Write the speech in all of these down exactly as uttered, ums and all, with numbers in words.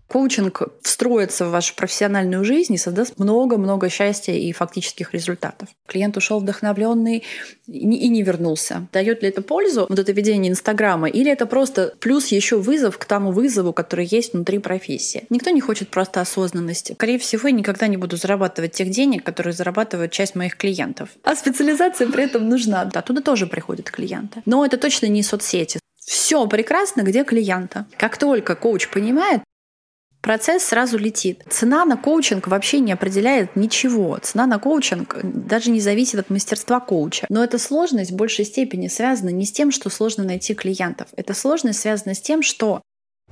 Коучинг встроится в вашу профессиональную жизнь и создаст много-много счастья и фактических результатов. Клиент ушел вдохновленный и не вернулся. Дает ли это пользу, вот это ведение Инстаграма, или это просто плюс еще вызов к тому вызову, который есть внутри профессии? Никто не хочет просто осознанности. Скорее всего, я никогда не буду зарабатывать тех денег, которые зарабатывают часть моих клиентов. А специализация при этом нужна. Оттуда тоже приходят клиенты. Но это точно не соцсети. Все прекрасно, где клиента. Как только коуч понимает, процесс сразу летит. Цена на коучинг вообще не определяет ничего. Цена на коучинг даже не зависит от мастерства коуча. Но эта сложность в большей степени связана не с тем, что сложно найти клиентов. Эта сложность связана с тем, что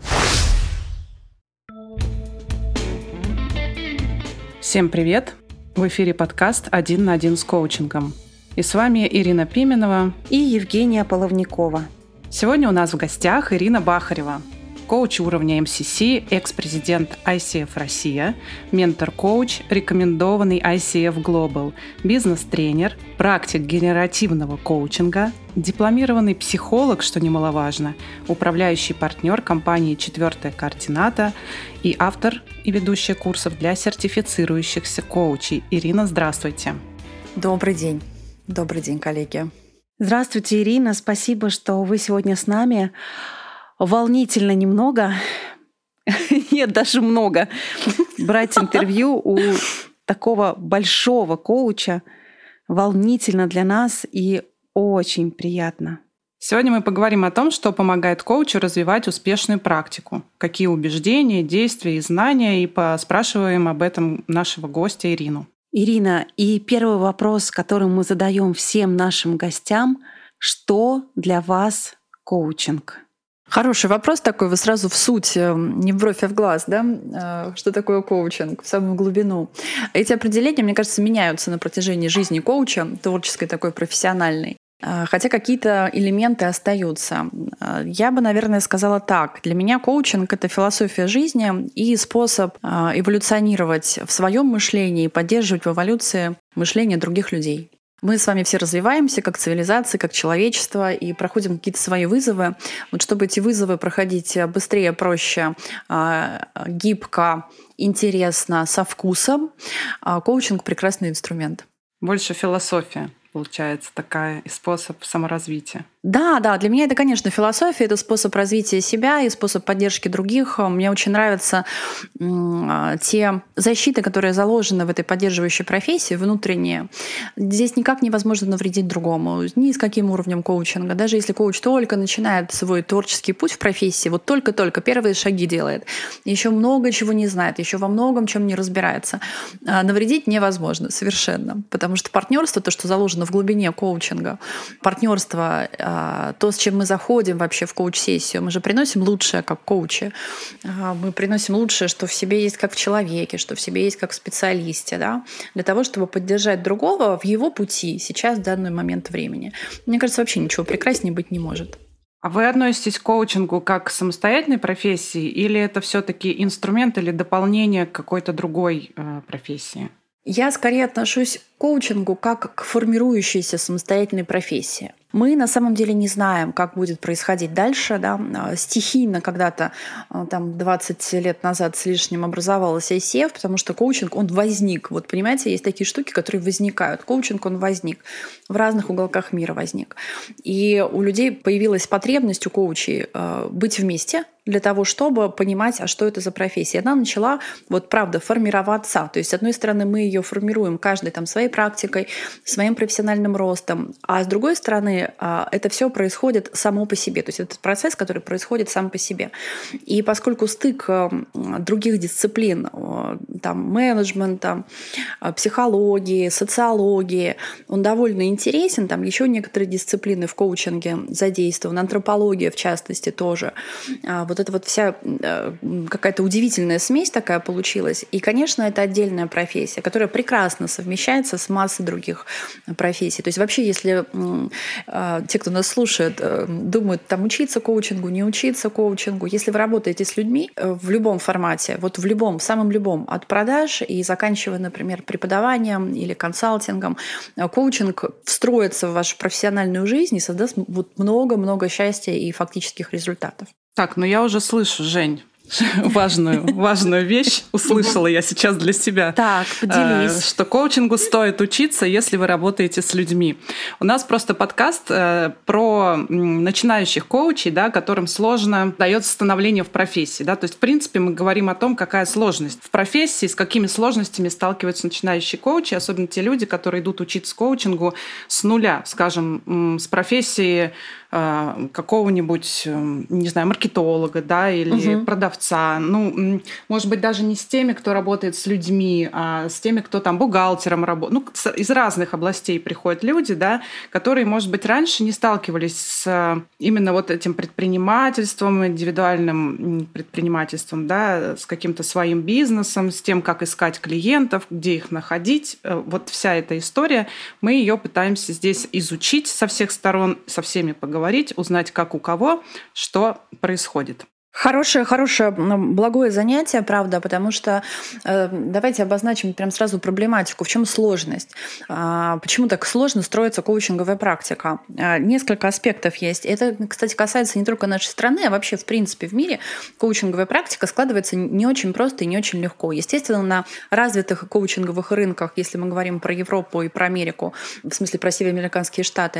Всем привет! В эфире подкаст «Один на один с коучингом». И с вами Ирина Пименова и Евгения Половникова. Сегодня у нас в гостях Ирина Бахарева, коуч уровня эм си си, экс-президент ай си эф Россия, ментор-коуч, рекомендованный ай си эф Global, бизнес-тренер, практик генеративного коучинга, дипломированный психолог, что немаловажно, управляющий партнер компании «Четвертая координата» и автор и ведущая курсов для сертифицирующихся коучей. Ирина, здравствуйте. Добрый день. Добрый день, коллеги. Здравствуйте, Ирина. Спасибо, что вы сегодня с нами. Волнительно немного, нет, даже много, брать интервью у такого большого коуча. Волнительно для нас и очень приятно. Сегодня мы поговорим о том, что помогает коучу развивать успешную практику, какие убеждения, действия и знания, и поспрашиваем об этом нашего гостя Ирину. Ирина, и первый вопрос, который мы задаем всем нашим гостям: что для вас коучинг? Хороший вопрос такой, вы сразу в суть, не в бровь, а в глаз, да? Что такое коучинг, в самую глубину. Эти определения, мне кажется, меняются на протяжении жизни коуча, творческой такой, профессиональной. Хотя какие-то элементы остаются. Я бы, наверное, сказала так. Для меня коучинг — это философия жизни и способ эволюционировать в своем мышлении и поддерживать в эволюции мышление других людей. Мы с вами все развиваемся как цивилизация, как человечество, и проходим какие-то свои вызовы. Вот чтобы эти вызовы проходить быстрее, проще, гибко, интересно, со вкусом, коучинг — прекрасный инструмент. Больше философия, получается, такая, и способ саморазвития. Да, да, для меня это, конечно, философия, это способ развития себя и способ поддержки других. Мне очень нравятся те защиты, которые заложены в этой поддерживающей профессии, внутренние. Здесь никак невозможно навредить другому, ни с каким уровнем коучинга. Даже если коуч только начинает свой творческий путь в профессии, вот только-только первые шаги делает, еще много чего не знает, еще во многом чем не разбирается, навредить невозможно совершенно. Потому что партнерство, то, что заложено в глубине коучинга, партнерство, то, с чем мы заходим вообще в коуч-сессию, мы же приносим лучшее как коучи. Мы приносим лучшее, что в себе есть как в человеке, что в себе есть как в специалисте, да? Для того, чтобы поддержать другого в его пути сейчас, в данный момент времени. Мне кажется, вообще ничего прекраснее быть не может. А вы относитесь к коучингу как к самостоятельной профессии, или это все-таки инструмент или дополнение к какой-то другой э, профессии? Я скорее отношусь к коучингу как к формирующейся самостоятельной профессии. Мы на самом деле не знаем, как будет происходить дальше. Да? Стихийно когда-то, там, двадцать лет назад с лишним образовалась ай си эф, потому что коучинг, он возник. Вот понимаете, есть такие штуки, которые возникают. Коучинг, он возник. В разных уголках мира возник. И у людей появилась потребность у коучей быть вместе для того, чтобы понимать, а что это за профессия. Она начала, вот правда, формироваться. То есть, с одной стороны, мы ее формируем каждый там своей практикой, своим профессиональным ростом, а с другой стороны, это все происходит само по себе. То есть, это процесс, который происходит сам по себе. И поскольку стык других дисциплин, там, менеджмента, психологии, социологии, он довольно интересен, там еще некоторые дисциплины в коучинге задействованы, антропология в частности тоже. Вот это вот вся какая-то удивительная смесь такая получилась. И, конечно, это отдельная профессия, которая прекрасно совмещается с массой других профессий. То есть вообще, если те, кто нас слушает, думают, там учиться коучингу, не учиться коучингу, если вы работаете с людьми в любом формате, вот в любом, самом любом, от продаж и заканчивая, например, преподаванием или консалтингом, коучинг встроится в вашу профессиональную жизнь и создаст вот много-много счастья и фактических результатов. Так, ну я уже слышу, Жень, важную, важную вещь услышала я сейчас для себя. Так, поделись. Что коучингу стоит учиться, если вы работаете с людьми. У нас просто подкаст про начинающих коучей, да, которым сложно дается становление в профессии. Да? То есть, в принципе, мы говорим о том, какая сложность в профессии, с какими сложностями сталкиваются начинающие коучи, особенно те люди, которые идут учиться коучингу с нуля, скажем, с профессии какого-нибудь, не знаю, маркетолога, да, или угу. продавца. Ну, может быть, даже не с теми, кто работает с людьми, а с теми, кто там бухгалтером работает. Ну, из разных областей приходят люди, да, которые, может быть, раньше не сталкивались с именно вот этим предпринимательством, индивидуальным предпринимательством, да, с каким-то своим бизнесом, с тем, как искать клиентов, где их находить. Вот вся эта история, мы ее пытаемся здесь изучить со всех сторон, со всеми поговорить, говорить, узнать, как у кого, что происходит. Хорошее, хорошее, благое занятие, правда, потому что э, давайте обозначим прям сразу проблематику. В чем сложность? Э, почему так сложно строится коучинговая практика? Э, несколько аспектов есть. Это, кстати, касается не только нашей страны, а вообще, в принципе, в мире коучинговая практика складывается не очень просто и не очень легко. Естественно, на развитых коучинговых рынках, если мы говорим про Европу и про Америку, в смысле про североамериканские штаты,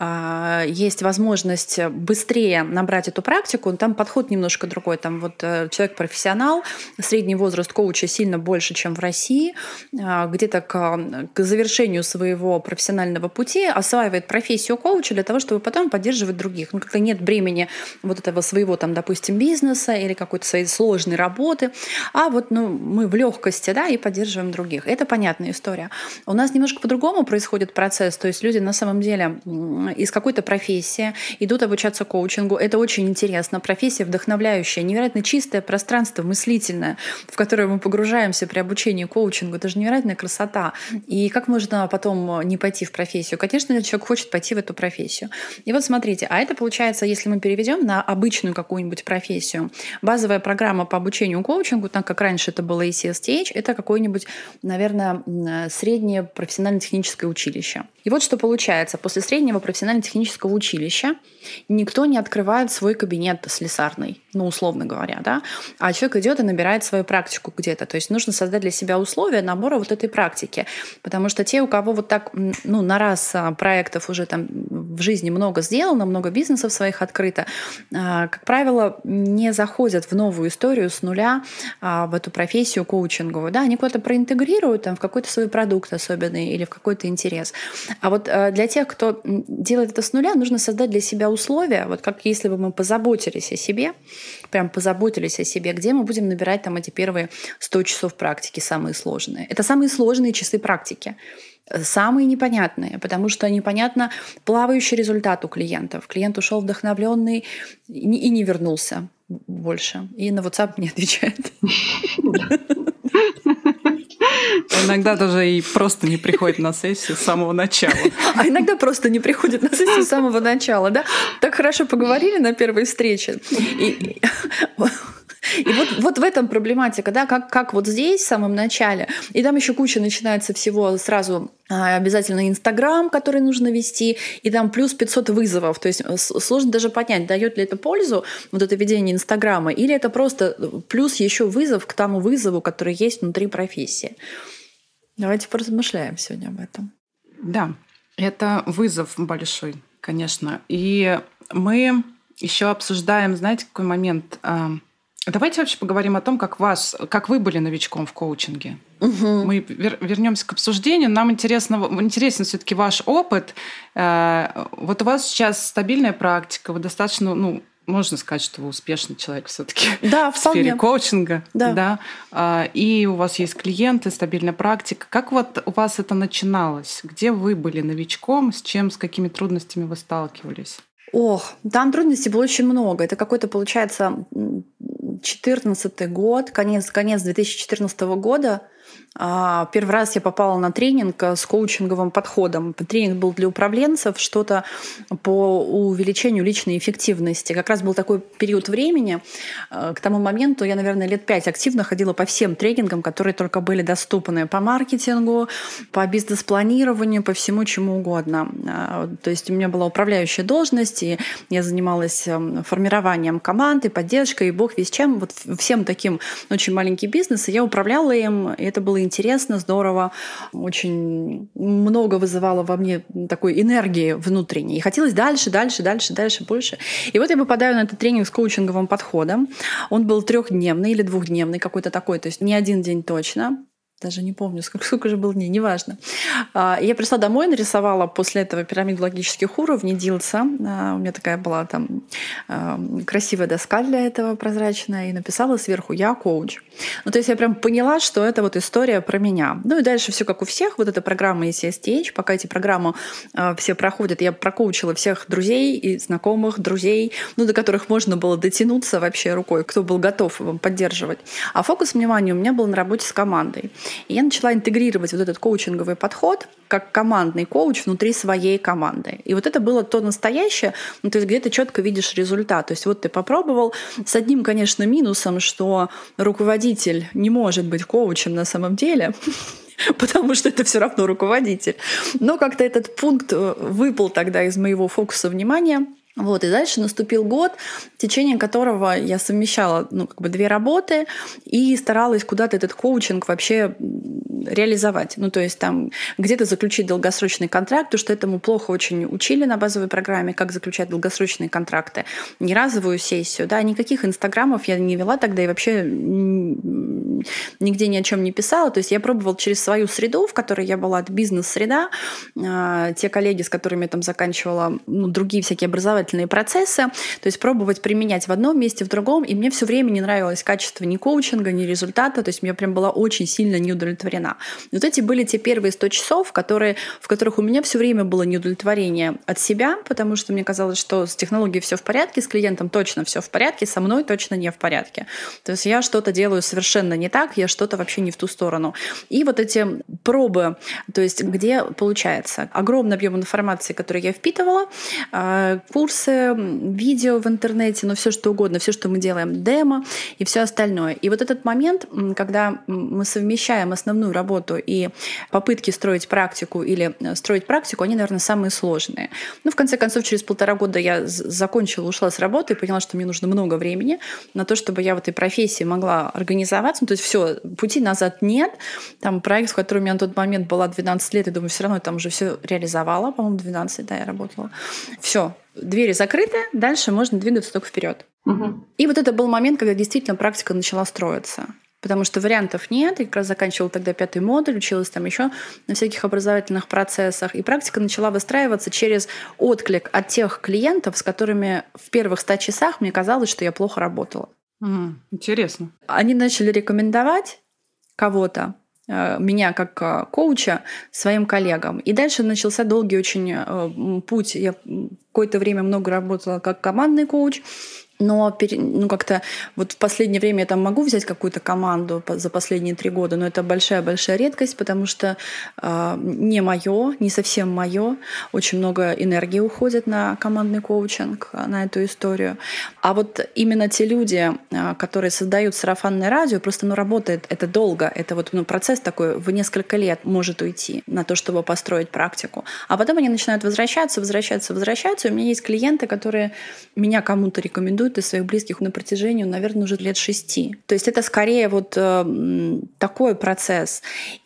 э, есть возможность быстрее набрать эту практику, там подход немножко другой. Там вот человек-профессионал, средний возраст коуча сильно больше, чем в России, где-то к, к завершению своего профессионального пути осваивает профессию коуча для того, чтобы потом поддерживать других. Ну, как-то нет времени вот этого своего, там, допустим, бизнеса или какой-то своей сложной работы, а вот ну, мы в легкости, да, и поддерживаем других. Это понятная история. У нас немножко по-другому происходит процесс, то есть люди на самом деле из какой-то профессии идут обучаться коучингу. Это очень интересно. Профессия вдохновляет, невероятно чистое пространство мыслительное, в которое мы погружаемся при обучении коучингу. Это же невероятная красота. И как можно потом не пойти в профессию? Конечно, человек хочет пойти в эту профессию. И вот смотрите, а это получается, если мы переведем на обычную какую-нибудь профессию, базовая программа по обучению коучингу, так как раньше это было и си эс ти эйч, это какое-нибудь, наверное, среднее профессионально-техническое училище. И вот что получается. После среднего профессионально-технического училища никто не открывает свой кабинет слесарный, ну, условно говоря, да, а человек идет и набирает свою практику где-то. То есть нужно создать для себя условия набора вот этой практики. Потому что те, у кого вот так, ну, на раз проектов уже там в жизни много сделано, много бизнесов своих открыто, как правило, не заходят в новую историю с нуля в эту профессию коучинговую. Да, они куда-то проинтегрируют там, в какой-то свой продукт особенный или в какой-то интерес. А вот для тех, кто делает это с нуля, нужно создать для себя условия, вот как если бы мы позаботились о себе, прям позаботились о себе, где мы будем набирать там эти первые сто часов практики, самые сложные. Это самые сложные часы практики. Самые непонятные, потому что непонятно плавающий результат у клиентов. Клиент ушел вдохновленный и не вернулся больше. И на WhatsApp не отвечает. Иногда даже и просто не приходит на сессию с самого начала. А иногда просто не приходит на сессию с самого начала, да? Так хорошо поговорили на первой встрече. И, и вот, вот в этом проблематика, да, как, как вот здесь, в самом начале. И там еще куча начинается всего сразу. Обязательно Инстаграм, который нужно вести, и там плюс пятьсот вызовов. То есть сложно даже понять, дает ли это пользу, вот это ведение Инстаграма, или это просто плюс еще вызов к тому вызову, который есть внутри профессии. Давайте поразмышляем сегодня об этом. Да, это вызов большой, конечно. И мы еще обсуждаем, знаете, какой момент. Давайте вообще поговорим о том, как, вас, как вы были новичком в коучинге. Угу. Мы вер, вернемся к обсуждению. Нам интересно, интересен все-таки ваш опыт. Вот у вас сейчас стабильная практика, вы достаточно, ну, можно сказать, что вы успешный человек все-таки да, в сфере коучинга. Да. Да. И у вас есть клиенты, стабильная практика. Как вот у вас это начиналось? Где вы были новичком? С чем, с какими трудностями вы сталкивались? Ох, там трудностей было очень много. Это какой-то, получается, четырнадцатый год, конец, конец две тысячи четырнадцатого года. Первый раз я попала на тренинг с коучинговым подходом. Тренинг был для управленцев, что-то по увеличению личной эффективности. Как раз был такой период времени. К тому моменту я, наверное, лет пять активно ходила по всем тренингам, которые только были доступны по маркетингу, по бизнес-планированию, по всему чему угодно. То есть у меня была управляющая должность, и я занималась формированием команды, поддержкой, и бог весь чем. Вот всем таким очень маленьким бизнесом я управляла им, и это было интересно, здорово, очень много вызывало во мне такой энергии внутренней. И хотелось дальше, дальше, дальше, дальше, больше. И вот я попадаю на этот тренинг с коучинговым подходом. Он был трехдневный или двухдневный, какой-то такой, то есть не один день точно. Даже не помню, сколько, сколько же было дней, неважно. Я пришла домой, нарисовала после этого пирамиду логических уровней Дилса. У меня такая была там красивая доска для этого, прозрачная, и написала сверху «Я коуч». Ну, то есть я прям поняла, что это вот история про меня. Ну и дальше все как у всех. Вот эта программа и си эс ти эйч, пока эти программы все проходят, я прокоучила всех друзей и знакомых, друзей, ну, до которых можно было дотянуться вообще рукой, кто был готов поддерживать. А фокус внимания у меня был на работе с командой. И я начала интегрировать вот этот коучинговый подход как командный коуч внутри своей команды. И вот это было то настоящее, ну, то есть где ты четко видишь результат. То есть вот ты попробовал с одним, конечно, минусом, что руководитель не может быть коучем на самом деле, потому что это все равно руководитель. Но как-то этот пункт выпал тогда из моего фокуса внимания. Вот, и дальше наступил год, в течение которого я совмещала ну, как бы две работы и старалась куда-то этот коучинг вообще реализовать. Ну, то есть там где-то заключить долгосрочный контракт, потому что этому плохо очень учили на базовой программе, как заключать долгосрочные контракты. Не разовую сессию, да, никаких инстаграмов я не вела тогда и вообще нигде ни о чем не писала. То есть я пробовала через свою среду, в которой я была, бизнес-среда, те коллеги, с которыми я там заканчивала ну, другие всякие образовательные процессы, то есть пробовать применять в одном месте, в другом, и мне все время не нравилось качество ни коучинга, ни результата, то есть я прям была очень сильно неудовлетворена. И вот эти были те первые сто часов, которые, в которых у меня все время было неудовлетворение от себя, потому что мне казалось, что с технологией все в порядке, с клиентом точно все в порядке, со мной точно не в порядке. То есть я что-то делаю совершенно не так, я что-то вообще не в ту сторону. И вот эти пробы, то есть где получается огромный объем информации, который я впитывала, курсы, видео в интернете, ну все что угодно, все, что мы делаем, демо и все остальное. И вот этот момент, когда мы совмещаем основную работу и попытки строить практику или строить практику, они, наверное, самые сложные. Ну, в конце концов, через полтора года я закончила, ушла с работы и поняла, что мне нужно много времени на то, чтобы я в этой профессии могла организоваться. Ну, то есть все, пути назад нет. Там проект, в котором я на тот момент была двенадцать лет, я думаю, все равно я там уже все реализовала, по-моему, двенадцать, да, я работала. Все. Двери закрыты, дальше можно двигаться только вперед. Угу. И вот это был момент, когда действительно практика начала строиться. Потому что вариантов нет. Я как раз заканчивала тогда пятый модуль, училась там еще на всяких образовательных процессах. И практика начала выстраиваться через отклик от тех клиентов, с которыми в первых ста часах мне казалось, что я плохо работала. Угу. Интересно. Они начали рекомендовать кого-то, меня как коуча своим коллегам. И дальше начался долгий очень путь. Я какое-то время много работала как командный коуч, но ну, как-то вот в последнее время я там могу взять какую-то команду за последние три года, но это большая-большая редкость, потому что э, не мое, не совсем мое. Очень много энергии уходит на командный коучинг, на эту историю. А вот именно те люди, э, которые создают сарафанное радио, просто ну, работает это долго. Это вот ну, процесс такой в несколько лет может уйти на то, чтобы построить практику. А потом они начинают возвращаться, возвращаться, возвращаться. И у меня есть клиенты, которые меня кому-то рекомендуют из своих близких на протяжении, наверное, уже лет шести. То есть это скорее вот э, такой процесс.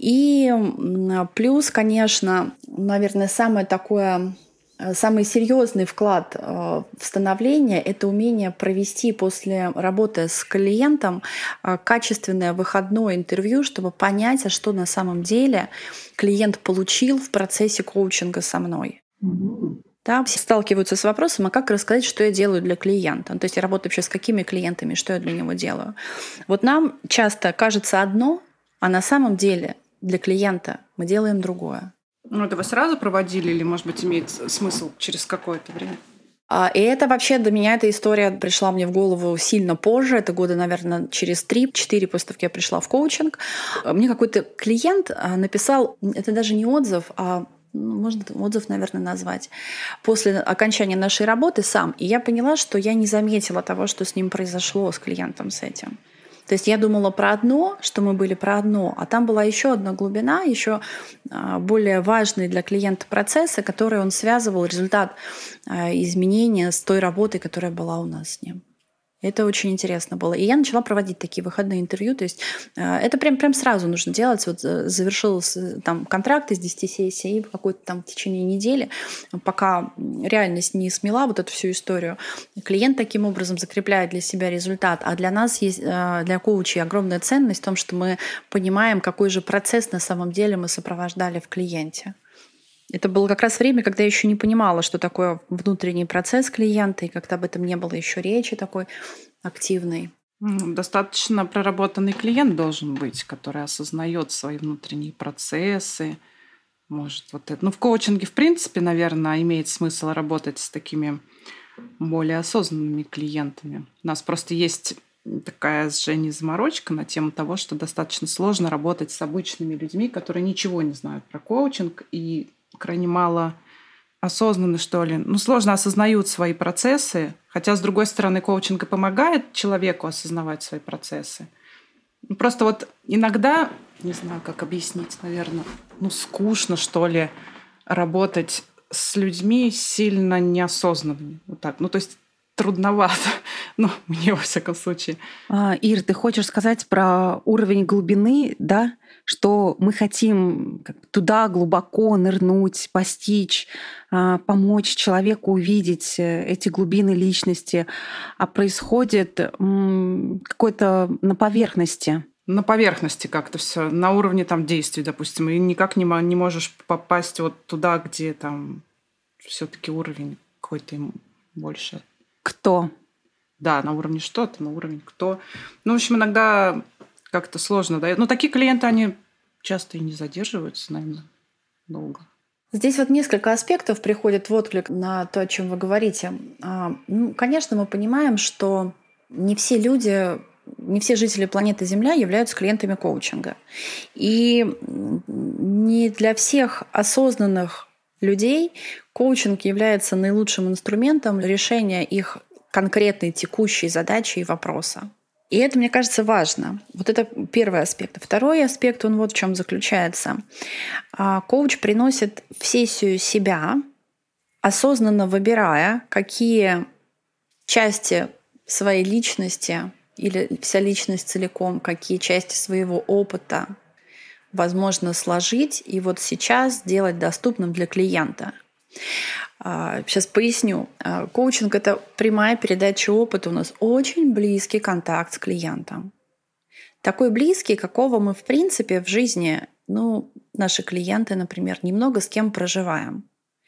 И э, плюс, конечно, наверное, самое такое, самый серьезный вклад э, в становление — это умение провести после работы с клиентом э, качественное выходное интервью, чтобы понять, а что на самом деле клиент получил в процессе коучинга со мной. Mm-hmm. Да, все сталкиваются с вопросом, а как рассказать, что я делаю для клиента? То есть я работаю вообще с какими клиентами, что я для него делаю? Вот нам часто кажется одно, а на самом деле для клиента мы делаем другое. Ну, это вы сразу проводили или, может быть, имеет смысл через какое-то время? И это вообще до меня эта история пришла мне в голову сильно позже. Это года, наверное, через три-четыре после того, как я пришла в коучинг. Мне какой-то клиент написал, это даже не отзыв, а можно отзыв, наверное, назвать, после окончания нашей работы сам. И я поняла, что я не заметила того, что с ним произошло, с клиентом с этим. То есть я думала про одно, что мы были про одно, а там была еще одна глубина, еще более важные для клиента процессы, которые он связывал, результат изменения с той работой, которая была у нас с ним. Это очень интересно было. И я начала проводить такие выходные интервью. То есть это прям, прям сразу нужно делать. Вот завершился там контракт из десяти сессий, и в какой-то там в течение недели, пока реальность не смела вот эту всю историю, клиент таким образом закрепляет для себя результат. А для нас есть, для коучей, огромная ценность в том, что мы понимаем, какой же процесс на самом деле мы сопровождали в клиенте. Это было как раз время, когда я еще не понимала, что такое внутренний процесс клиента, и как-то об этом не было еще речи такой активной. Достаточно проработанный клиент должен быть, который осознает свои внутренние процессы. Может, вот это. Ну, в коучинге, в принципе, наверное, имеет смысл работать с такими более осознанными клиентами. У нас просто есть такая с Женей заморочка на тему того, что достаточно сложно работать с обычными людьми, которые ничего не знают про коучинг и крайне мало осознанны, что ли. Ну, сложно осознают свои процессы, хотя, с другой стороны, коучинг и помогает человеку осознавать свои процессы. Просто вот иногда, не знаю, как объяснить, наверное, ну, скучно, что ли, работать с людьми сильно неосознанными. Вот так. Ну, то есть трудновато. Ну, мне, во всяком случае. А, Ир, ты хочешь сказать про уровень глубины, да? Что мы хотим туда глубоко нырнуть, постичь, помочь человеку увидеть эти глубины личности, а происходит какое-то на поверхности. На поверхности как-то все, на уровне там действий, допустим, и никак не, не можешь попасть вот туда, где там все-таки уровень какой-то больше. Кто? Да, на уровне что-то, на уровне кто. Ну, в общем, иногда как-то сложно. Да? Ну, такие клиенты, они часто и не задерживаются, наверное, долго. Здесь вот несколько аспектов приходит в отклик на то, о чем вы говорите. Ну, конечно, мы понимаем, что не все люди, не все жители планеты Земля являются клиентами коучинга. И не для всех осознанных людей коучинг является наилучшим инструментом решения их конкретной текущей задачи и вопроса. И это, мне кажется, важно. Вот это первый аспект. Второй аспект, он вот в чем заключается. Коуч приносит в сессию себя, осознанно выбирая, какие части своей личности или вся личность целиком, какие части своего опыта возможно сложить и вот сейчас сделать доступным для клиента. Сейчас поясню. Коучинг — это прямая передача опыта. У нас очень близкий контакт с клиентом. Такой близкий, какого мы, в принципе, в жизни, ну, наши клиенты, например, немного с кем проживаем.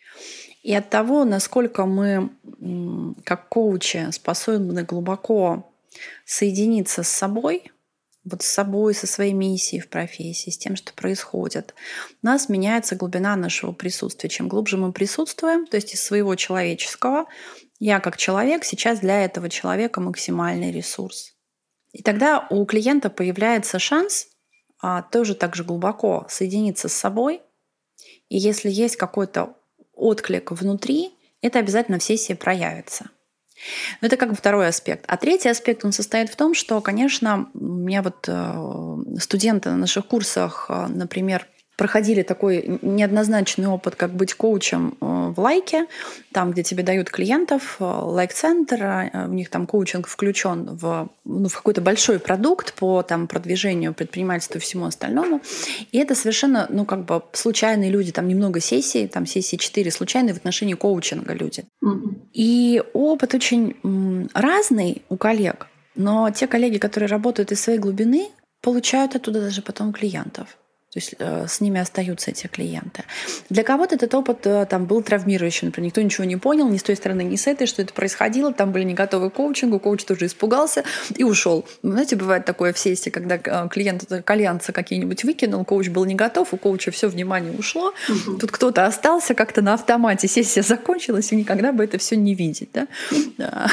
И от того, насколько мы, как коучи, способны глубоко соединиться с собой, вот с собой, со своей миссией в профессии, с тем, что происходит, у нас меняется глубина нашего присутствия. Чем глубже мы присутствуем, то есть из своего человеческого, я как человек сейчас для этого человека максимальный ресурс. И тогда у клиента появляется шанс а, тоже так же глубоко соединиться с собой. И если есть какой-то отклик внутри, это обязательно в сессии проявится. Но это как бы второй аспект. А третий аспект, он состоит в том, что, конечно, у меня вот студенты на наших курсах, например, проходили такой неоднозначный опыт, как быть коучем в лайке, там, где тебе дают клиентов, лайк-центр, у них там коучинг включен в, ну, в какой-то большой продукт по там, продвижению предпринимательства и всему остальному. И это совершенно, ну, как бы случайные люди, там немного сессий, там сессии четыре случайные в отношении коучинга люди. Mm-hmm. И опыт очень разный у коллег, но те коллеги, которые работают из своей глубины, получают оттуда даже потом клиентов. То есть э, с ними остаются эти клиенты. Для кого-то этот опыт э, там, был травмирующим. Например, никто ничего не понял ни с той стороны, ни с этой, что это происходило. Там были не готовы к коучингу, коуч тоже испугался и ушел. Знаете, бывает такое в сессии, когда клиент кальянца какие-нибудь выкинул, коуч был не готов, у коуча все внимание ушло. Угу. Тут кто-то остался как-то на автомате, сессия закончилась, и никогда бы это все не видеть. Да? Да.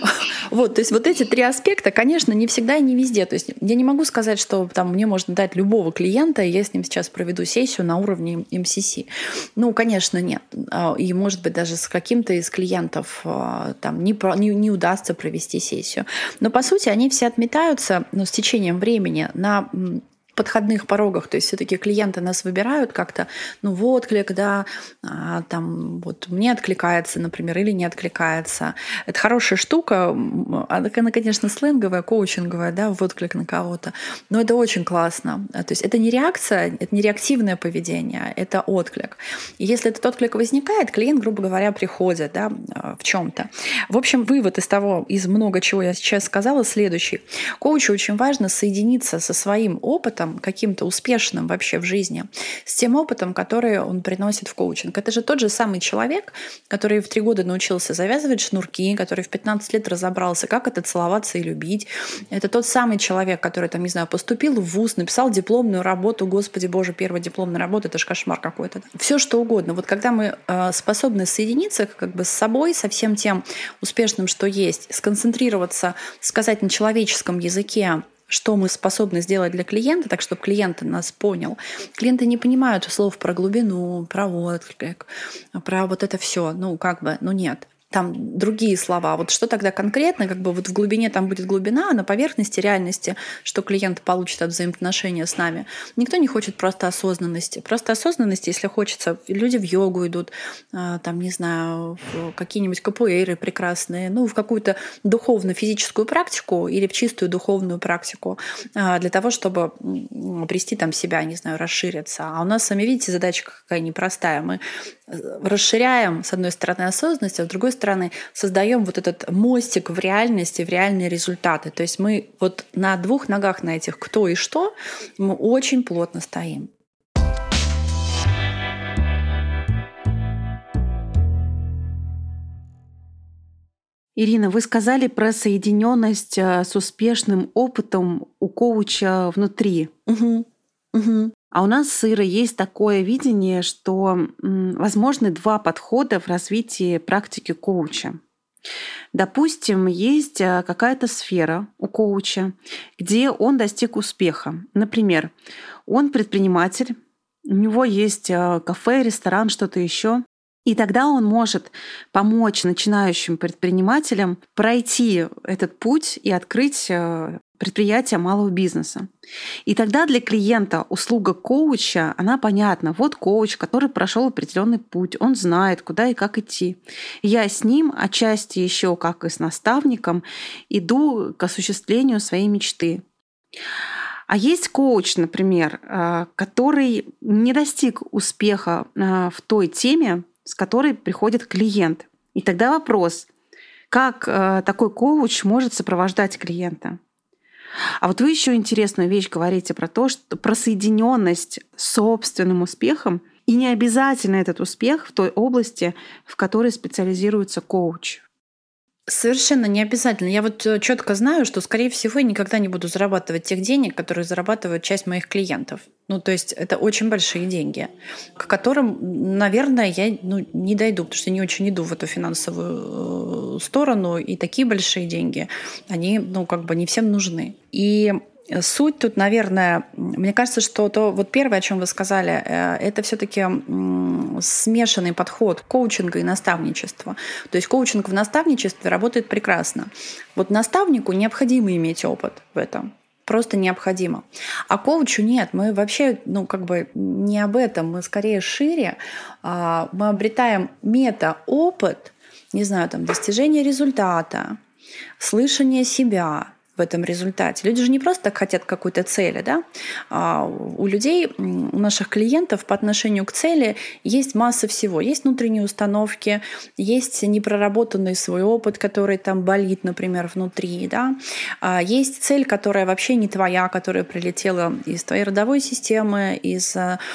Вот, то есть вот эти три аспекта, конечно, не всегда и не везде. То есть я не могу сказать, что там, мне можно дать любого клиента, и я с ним сейчас проведу сессию на уровне эм си си. Ну, конечно, нет. И, может быть, даже с каким-то из клиентов там, не, не, не удастся провести сессию. Но, по сути, они все отметаются, ну, с течением времени на подходных порогах, то есть все-таки клиенты нас выбирают как-то, ну вот клик, да, а, там вот мне откликается, например, или не откликается. Это хорошая штука, она, конечно, сленговая, коучинговая, да, вот клик на кого-то, но это очень классно. То есть это не реакция, это не реактивное поведение, это отклик. И если этот отклик возникает, клиент, грубо говоря, приходит, да, в чем-то. В общем, вывод из того, из много чего я сейчас сказала, следующий. Коучу очень важно соединиться со своим опытом, каким-то успешным вообще в жизни, с тем опытом, который он приносит в коучинг. Это же тот же самый человек, который в три года научился завязывать шнурки, который в пятнадцать лет разобрался, как это целоваться и любить. Это тот самый человек, который, там, не знаю, поступил в вуз, написал дипломную работу, господи боже, первая дипломная работа, это же кошмар какой-то. Все что угодно. Вот когда мы способны соединиться как бы с собой, со всем тем успешным, что есть, сконцентрироваться, сказать на человеческом языке, что мы способны сделать для клиента, так чтобы клиент нас понял. Клиенты не понимают слов про глубину, про отклик, про вот это все. Ну, как бы, ну нет. Там другие слова. Вот что тогда конкретно, как бы вот в глубине там будет глубина, а на поверхности реальности, что клиент получит от взаимоотношения с нами. Никто не хочет просто осознанности. Просто осознанности, если хочется, люди в йогу идут, там, не знаю, в какие-нибудь капуэйры прекрасные, ну, в какую-то духовно-физическую практику или в чистую духовную практику для того, чтобы обрести там себя, не знаю, расшириться. А у нас, сами видите, задача какая непростая. Мы расширяем, с одной стороны, осознанность, а с другой стороны, создаем вот этот мостик в реальности, в реальные результаты. То есть мы вот на двух ногах на этих кто и что, мы очень плотно стоим. Ирина, вы сказали про соединенность с успешным опытом у коуча внутри. Угу. Угу. А у нас с Ирой есть такое видение, что возможны два подхода в развитии практики коуча. Допустим, есть какая-то сфера у коуча, где он достиг успеха. Например, он предприниматель, у него есть кафе, ресторан, что-то еще. И тогда он может помочь начинающим предпринимателям пройти этот путь и открыть предприятие малого бизнеса. И тогда для клиента услуга коуча, она понятна. Вот коуч, который прошел определенный путь, он знает, куда и как идти. И я с ним, отчасти еще как и с наставником, иду к осуществлению своей мечты. А есть коуч, например, который не достиг успеха в той теме, с которой приходит клиент. И тогда вопрос, как такой коуч может сопровождать клиента? А вот вы еще интересную вещь говорите про то, что про соединенность с собственным успехом, и не обязательно этот успех в той области, в которой специализируется коуч. Совершенно не обязательно. Я вот четко знаю, что, скорее всего, я никогда не буду зарабатывать тех денег, которые зарабатывают часть моих клиентов. Ну, то есть это очень большие деньги, к которым, наверное, я ну, не дойду, потому что я не очень иду в эту финансовую сторону, и такие большие деньги, они, ну, как бы не всем нужны. И суть тут, наверное, мне кажется, что то вот первое, о чем вы сказали, это все-таки смешанный подход коучинга и наставничества. То есть коучинг в наставничестве работает прекрасно. Вот наставнику необходимо иметь опыт в этом. Просто необходимо. А коучу нет. Мы вообще, ну, как бы не об этом. Мы скорее шире. Мы обретаем мета-опыт, не знаю, там, достижение результата, слышание себя в в этом результате. Люди же не просто так хотят какой-то цели, да? А у людей, у наших клиентов по отношению к цели есть масса всего. Есть внутренние установки, есть непроработанный свой опыт, который там болит, например, внутри, да? А есть цель, которая вообще не твоя, которая прилетела из твоей родовой системы, из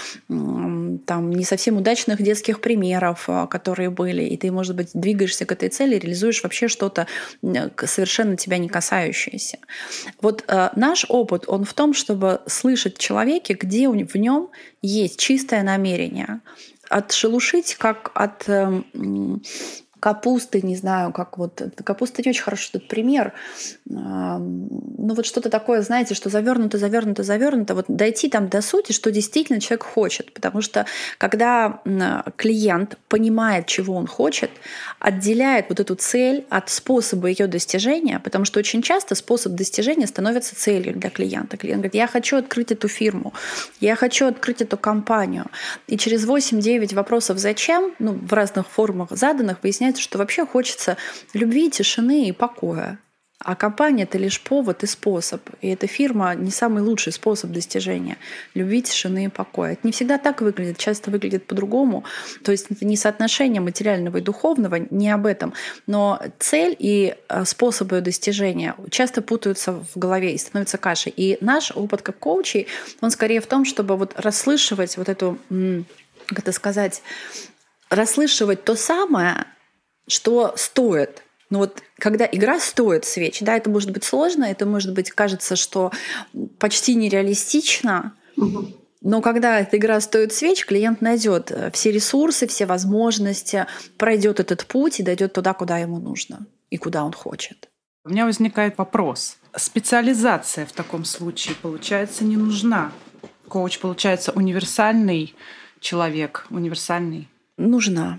там, не совсем удачных детских примеров, которые были, и ты, может быть, двигаешься к этой цели, реализуешь вообще что-то совершенно тебя не касающееся. Вот э, наш опыт, он в том, чтобы слышать в человеке, где в нем есть чистое намерение, отшелушить, как от э, капусты, не знаю, как вот капуста не очень хороший тут пример, ну вот что-то такое, знаете, что завернуто, завернуто, завернуто, вот дойти там до сути, что действительно человек хочет, потому что когда клиент понимает, чего он хочет, отделяет вот эту цель от способа ее достижения, потому что очень часто способ достижения становится целью для клиента. Клиент говорит: я хочу открыть эту фирму, я хочу открыть эту компанию, и через восемь-девять вопросов «зачем?», ну, в разных формах заданных, выясняется, что вообще хочется любви, тишины и покоя. А компания — это лишь повод и способ. И эта фирма не самый лучший способ достижения любви, тишины и покоя. Это не всегда так выглядит, часто выглядит по-другому. То есть это не соотношение материального и духовного, не об этом. Но цель и способ ее достижения часто путаются в голове и становятся кашей. И наш опыт как коучей, он скорее в том, чтобы вот расслышивать вот эту, как это сказать, расслышивать то самое, что стоит. Но вот когда игра стоит свеч, да, это может быть сложно, это может быть, кажется, что почти нереалистично, угу. Но когда эта игра стоит свеч, клиент найдет все ресурсы, все возможности, пройдет этот путь и дойдет туда, куда ему нужно и куда он хочет. У меня возникает вопрос. Специализация в таком случае, получается, не нужна? Коуч, получается, универсальный человек, универсальный? Нужна.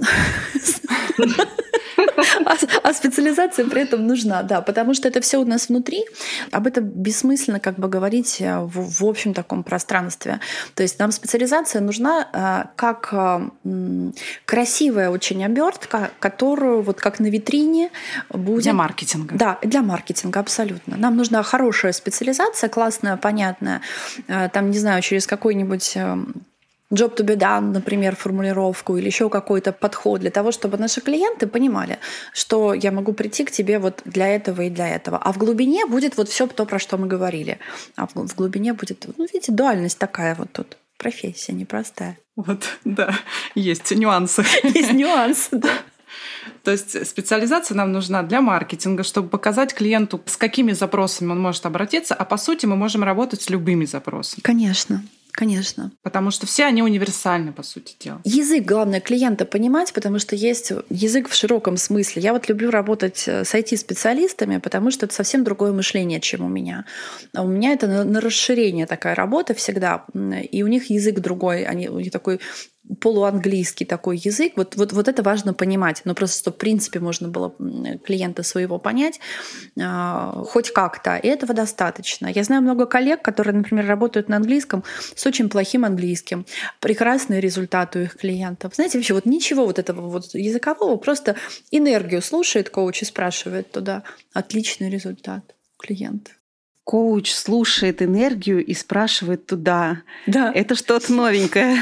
А, а специализация при этом нужна, да, потому что это все у нас внутри. Об этом бессмысленно как бы говорить в, в общем таком пространстве. То есть нам специализация нужна как красивая очень обертка, которую вот как на витрине будет... Для маркетинга. Да, для маркетинга, абсолютно. Нам нужна хорошая специализация, классная, понятная. Там, не знаю, через какой-нибудь... job to be done, например, формулировку или еще какой-то подход для того, чтобы наши клиенты понимали, что я могу прийти к тебе вот для этого и для этого. А в глубине будет вот все то, про что мы говорили. А в глубине будет, ну, видите, дуальность такая вот тут. Профессия непростая. Вот, да, есть нюансы. Есть нюансы, да. То есть специализация нам нужна для маркетинга, чтобы показать клиенту, с какими запросами он может обратиться, а по сути мы можем работать с любыми запросами. Конечно. Конечно. Потому что все они универсальны, по сути дела. Язык, главное, клиента понимать, потому что есть язык в широком смысле. Я вот люблю работать с ай ти-специалистами, потому что это совсем другое мышление, чем у меня. А у меня это на, на расширение такая работа всегда, и у них язык другой, они, у них такой полуанглийский такой язык. Вот, вот, вот это важно понимать. Но просто, чтобы в принципе можно было клиента своего понять э, хоть как-то. И этого достаточно. Я знаю много коллег, которые, например, работают на английском с очень плохим английским. Прекрасные результаты у их клиентов. Знаете, вообще вот ничего вот этого вот языкового, просто энергию слушает коуч и спрашивает туда. Отличный результат у клиента. Коуч слушает энергию и спрашивает туда. Да. Это что-то новенькое.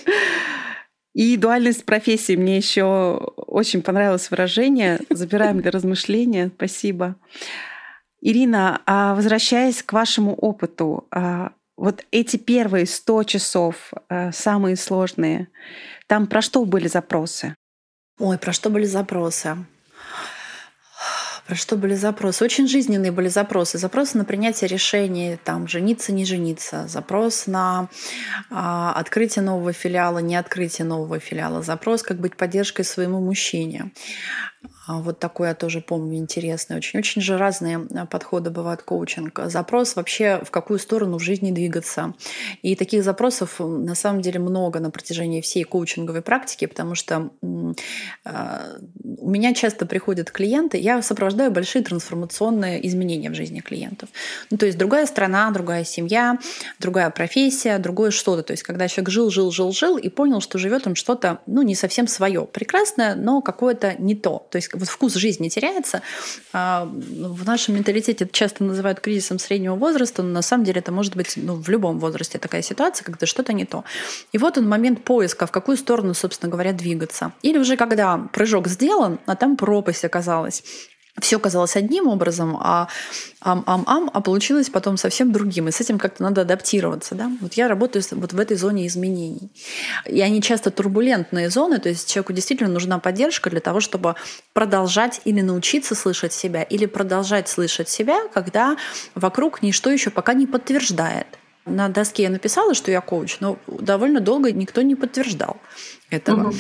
И дуальность профессии. Мне еще очень понравилось выражение. Забираем для размышления. Спасибо. Ирина, а возвращаясь к вашему опыту, вот эти первые сто часов, самые сложные, там про что были запросы? Ой, про что были запросы? Про что были запросы? Очень жизненные были запросы. Запросы на принятие решений, там, жениться, не жениться. Запрос на а, открытие нового филиала, не открытие нового филиала. Запрос, как быть поддержкой своему мужчине. Вот такой я тоже помню, интересный. Очень, очень же разные подходы бывают в коучинг. Запрос вообще, в какую сторону в жизни двигаться. И таких запросов на самом деле много на протяжении всей коучинговой практики, потому что у меня часто приходят клиенты, я сопровождаю большие трансформационные изменения в жизни клиентов. Ну, то есть другая страна, другая семья, другая профессия, другое что-то. То есть когда человек жил, жил, жил, жил и понял, что живет он что-то, ну, не совсем свое. Прекрасное, но какое-то не то. то есть вот вкус жизни теряется. В нашем менталитете это часто называют кризисом среднего возраста, но на самом деле это может быть ну, в любом возрасте такая ситуация, когда что-то не то. И вот он момент поиска, в какую сторону, собственно говоря, двигаться. Или уже когда прыжок сделан, а там пропасть оказалась. Все казалось одним образом, а ам-ам-ам, а получилось потом совсем другим. И с этим как-то надо адаптироваться. Да? Вот я работаю вот в этой зоне изменений. И они часто турбулентные зоны, то есть человеку действительно нужна поддержка для того, чтобы продолжать или научиться слышать себя, или продолжать слышать себя, когда вокруг ничто еще пока не подтверждает. На доске я написала, что я коуч, но довольно долго никто не подтверждал этого.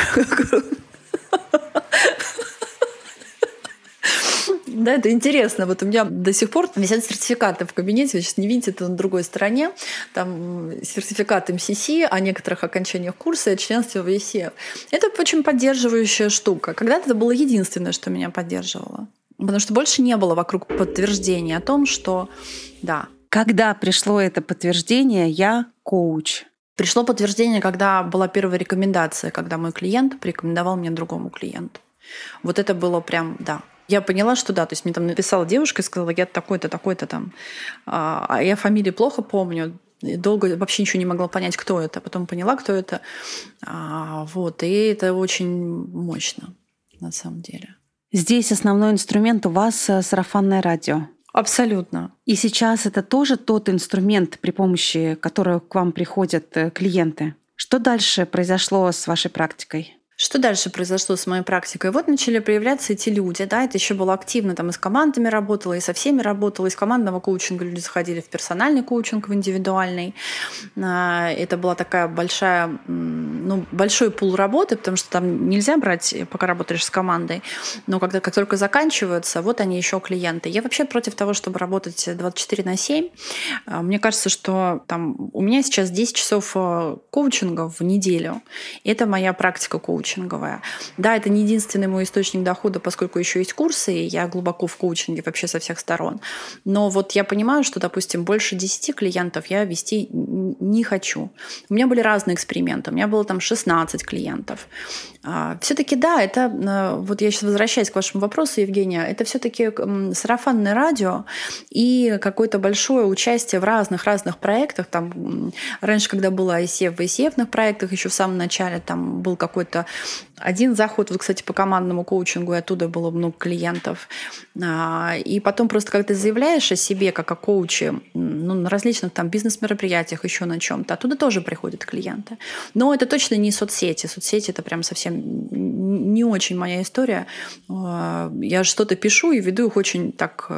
Да, это интересно. Вот у меня до сих пор висят сертификаты в кабинете. Вы сейчас не видите, это на другой стороне. Там сертификат эм си си о некоторых окончаниях курса и членстве в ай си эф. Это очень поддерживающая штука. Когда-то это было единственное, что меня поддерживало. Потому что больше не было вокруг подтверждения о том, что да. Когда пришло это подтверждение, я коуч? Пришло подтверждение, когда была первая рекомендация, когда мой клиент порекомендовал мне другому клиенту. Вот это было прям, да. Я поняла, что да, то есть мне там написала девушка и сказала, я такой-то, такой-то там, а я фамилии плохо помню, и долго вообще ничего не могла понять, кто это. Потом поняла, кто это. А, вот, и это очень мощно на самом деле. Здесь основной инструмент у вас сарафанное радио. Абсолютно. И сейчас это тоже тот инструмент, при помощи которого к вам приходят клиенты. Что дальше произошло с вашей практикой? Что дальше произошло с моей практикой? Вот начали появляться эти люди, да, это еще было активно, там и с командами работала, и со всеми работала, из командного коучинга люди заходили в персональный коучинг, в индивидуальный. Это была такая большая, ну, большой пул работы, потому что там нельзя брать, пока работаешь с командой, но когда, как только заканчиваются, вот они еще клиенты. Я вообще против того, чтобы работать двадцать четыре на семь. Мне кажется, что там у меня сейчас десять часов коучинга в неделю. Это моя практика коучинга. Коучинговая. Да, это не единственный мой источник дохода, поскольку еще есть курсы, и я глубоко в коучинге вообще со всех сторон. Но вот я понимаю, что, допустим, больше десяти клиентов я вести не хочу. У меня были разные эксперименты. У меня было там шестнадцать клиентов. Все-таки да, это, вот я сейчас возвращаюсь к вашему вопросу, Евгения, это все-таки сарафанное радио и какое-то большое участие в разных-разных проектах. Там, раньше, когда было ай си эф, в ай си эф-ных проектах, еще в самом начале там был какой-то один заход, вот, кстати, по командному коучингу, и оттуда было много клиентов. И потом просто, когда ты заявляешь о себе как о коуче, ну, на различных там бизнес-мероприятиях, еще на чем-то, оттуда тоже приходят клиенты. Но это точно не соцсети. Соцсети — это прям совсем не очень моя история. Я что-то пишу и веду их очень так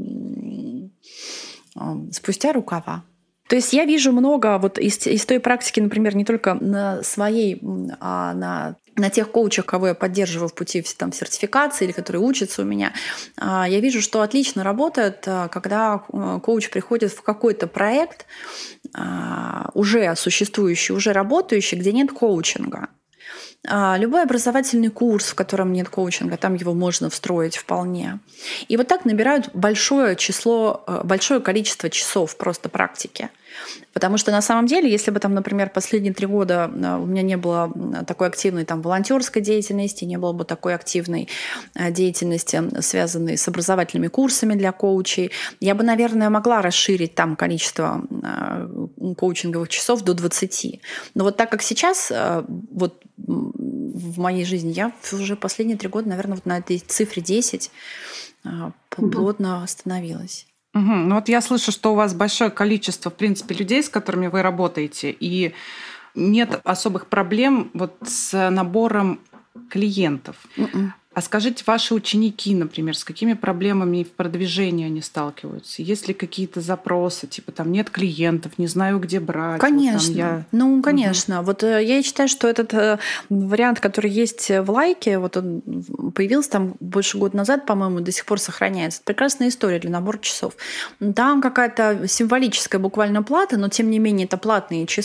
спустя рукава. То есть я вижу много вот из, из той практики, например, не только на своей, а на, на тех коучах, кого я поддерживаю в пути там, сертификации или которые учатся у меня. Я вижу, что отлично работает, когда коуч приходит в какой-то проект, уже существующий, уже работающий, где нет коучинга. Любой образовательный курс, в котором нет коучинга, там его можно встроить вполне. И вот так набирают большое число, большое количество часов просто практики. Потому что на самом деле, если бы там, например, последние три года у меня не было такой активной там, волонтерской деятельности, не было бы такой активной деятельности, связанной с образовательными курсами для коучей, я бы, наверное, могла расширить там количество коучинговых часов до двадцати. Но вот так как сейчас, вот в моей жизни, я уже последние три года, наверное, вот на этой цифре десять плотно остановилась. Угу. Ну вот я слышу, что у вас большое количество, в принципе, людей, с которыми вы работаете, и нет особых проблем вот с набором клиентов. Mm-mm. А скажите, ваши ученики, например, с какими проблемами в продвижении они сталкиваются? Есть ли какие-то запросы, типа там нет клиентов, не знаю, где брать? Конечно. Вот, там, я... Ну, конечно. Угу. Вот я считаю, что этот э, вариант, который есть в лайке, вот он появился там больше года назад, по-моему, до сих пор сохраняется. Это прекрасная история для набора часов. Там какая-то символическая буквально плата, но тем не менее это платные часы.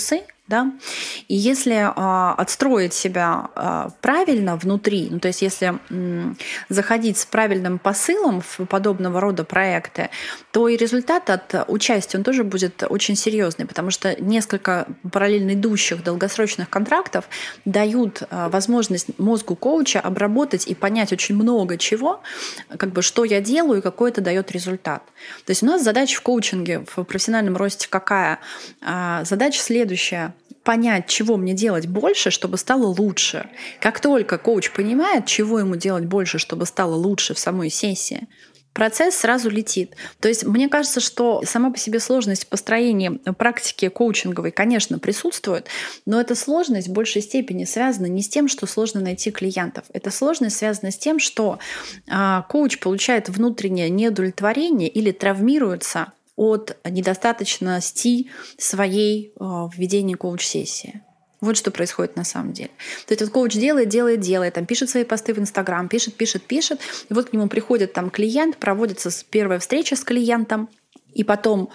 Да? И если а, отстроить себя а, правильно внутри, ну, то есть если м, заходить с правильным посылом в подобного рода проекты, то и результат от участия он тоже будет очень серьезный, потому что несколько параллельно идущих долгосрочных контрактов дают а, возможность мозгу коуча обработать и понять очень много чего, как бы, что я делаю и какой это дает результат. То есть у нас задача в коучинге, в профессиональном росте какая? А, задача следующая. Понять, чего мне делать больше, чтобы стало лучше. Как только коуч понимает, чего ему делать больше, чтобы стало лучше в самой сессии, процесс сразу летит. То есть мне кажется, что сама по себе сложность построения практики коучинговой, конечно, присутствует, но эта сложность в большей степени связана не с тем, что сложно найти клиентов. Эта сложность связана с тем, что а, коуч получает внутреннее неудовлетворение или травмируется от недостаточности своей в ведении коуч-сессии. Вот что происходит на самом деле. То есть вот коуч делает, делает, делает, там, пишет свои посты в Инстаграм, пишет, пишет, пишет. И вот к нему приходит там клиент, проводится первая встреча с клиентом, и потом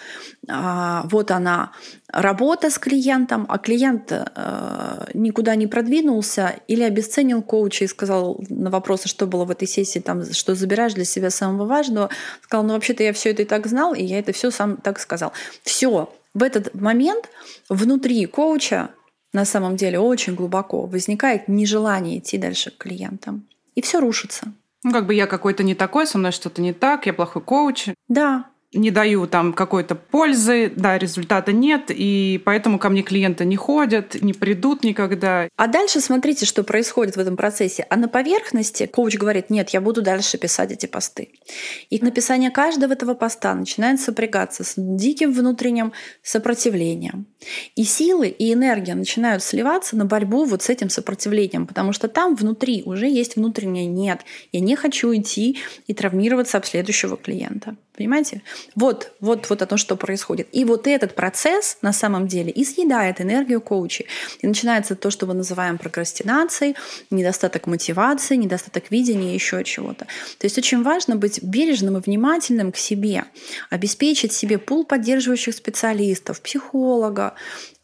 а, вот она работа с клиентом, а клиент а, никуда не продвинулся или обесценил коуча и сказал на вопросы, что было в этой сессии, там, что забираешь для себя самого важного, сказал, ну вообще-то я все это и так знал, и я это все сам так сказал. Все, в этот момент внутри коуча на самом деле очень глубоко возникает нежелание идти дальше к клиентам. И все рушится. Ну, как бы я какой-то не такой, со мной что-то не так, я плохой коуч. Да. Не даю там какой-то пользы, да, результата нет, и поэтому ко мне клиенты не ходят, не придут никогда. А дальше смотрите, что происходит в этом процессе. А на поверхности коуч говорит, нет, я буду дальше писать эти посты. И написание каждого этого поста начинает сопрягаться с диким внутренним сопротивлением. И силы, и энергия начинают сливаться на борьбу вот с этим сопротивлением, потому что там внутри уже есть внутреннее «нет». Я не хочу идти и травмироваться об следующего клиента. Понимаете? Вот, вот, вот оно, что происходит. И вот этот процесс на самом деле и съедает энергию коучей. И начинается то, что мы называем прокрастинацией, недостаток мотивации, недостаток видения, еще чего-то. То есть очень важно быть бережным и внимательным к себе, обеспечить себе пул поддерживающих специалистов, психолога,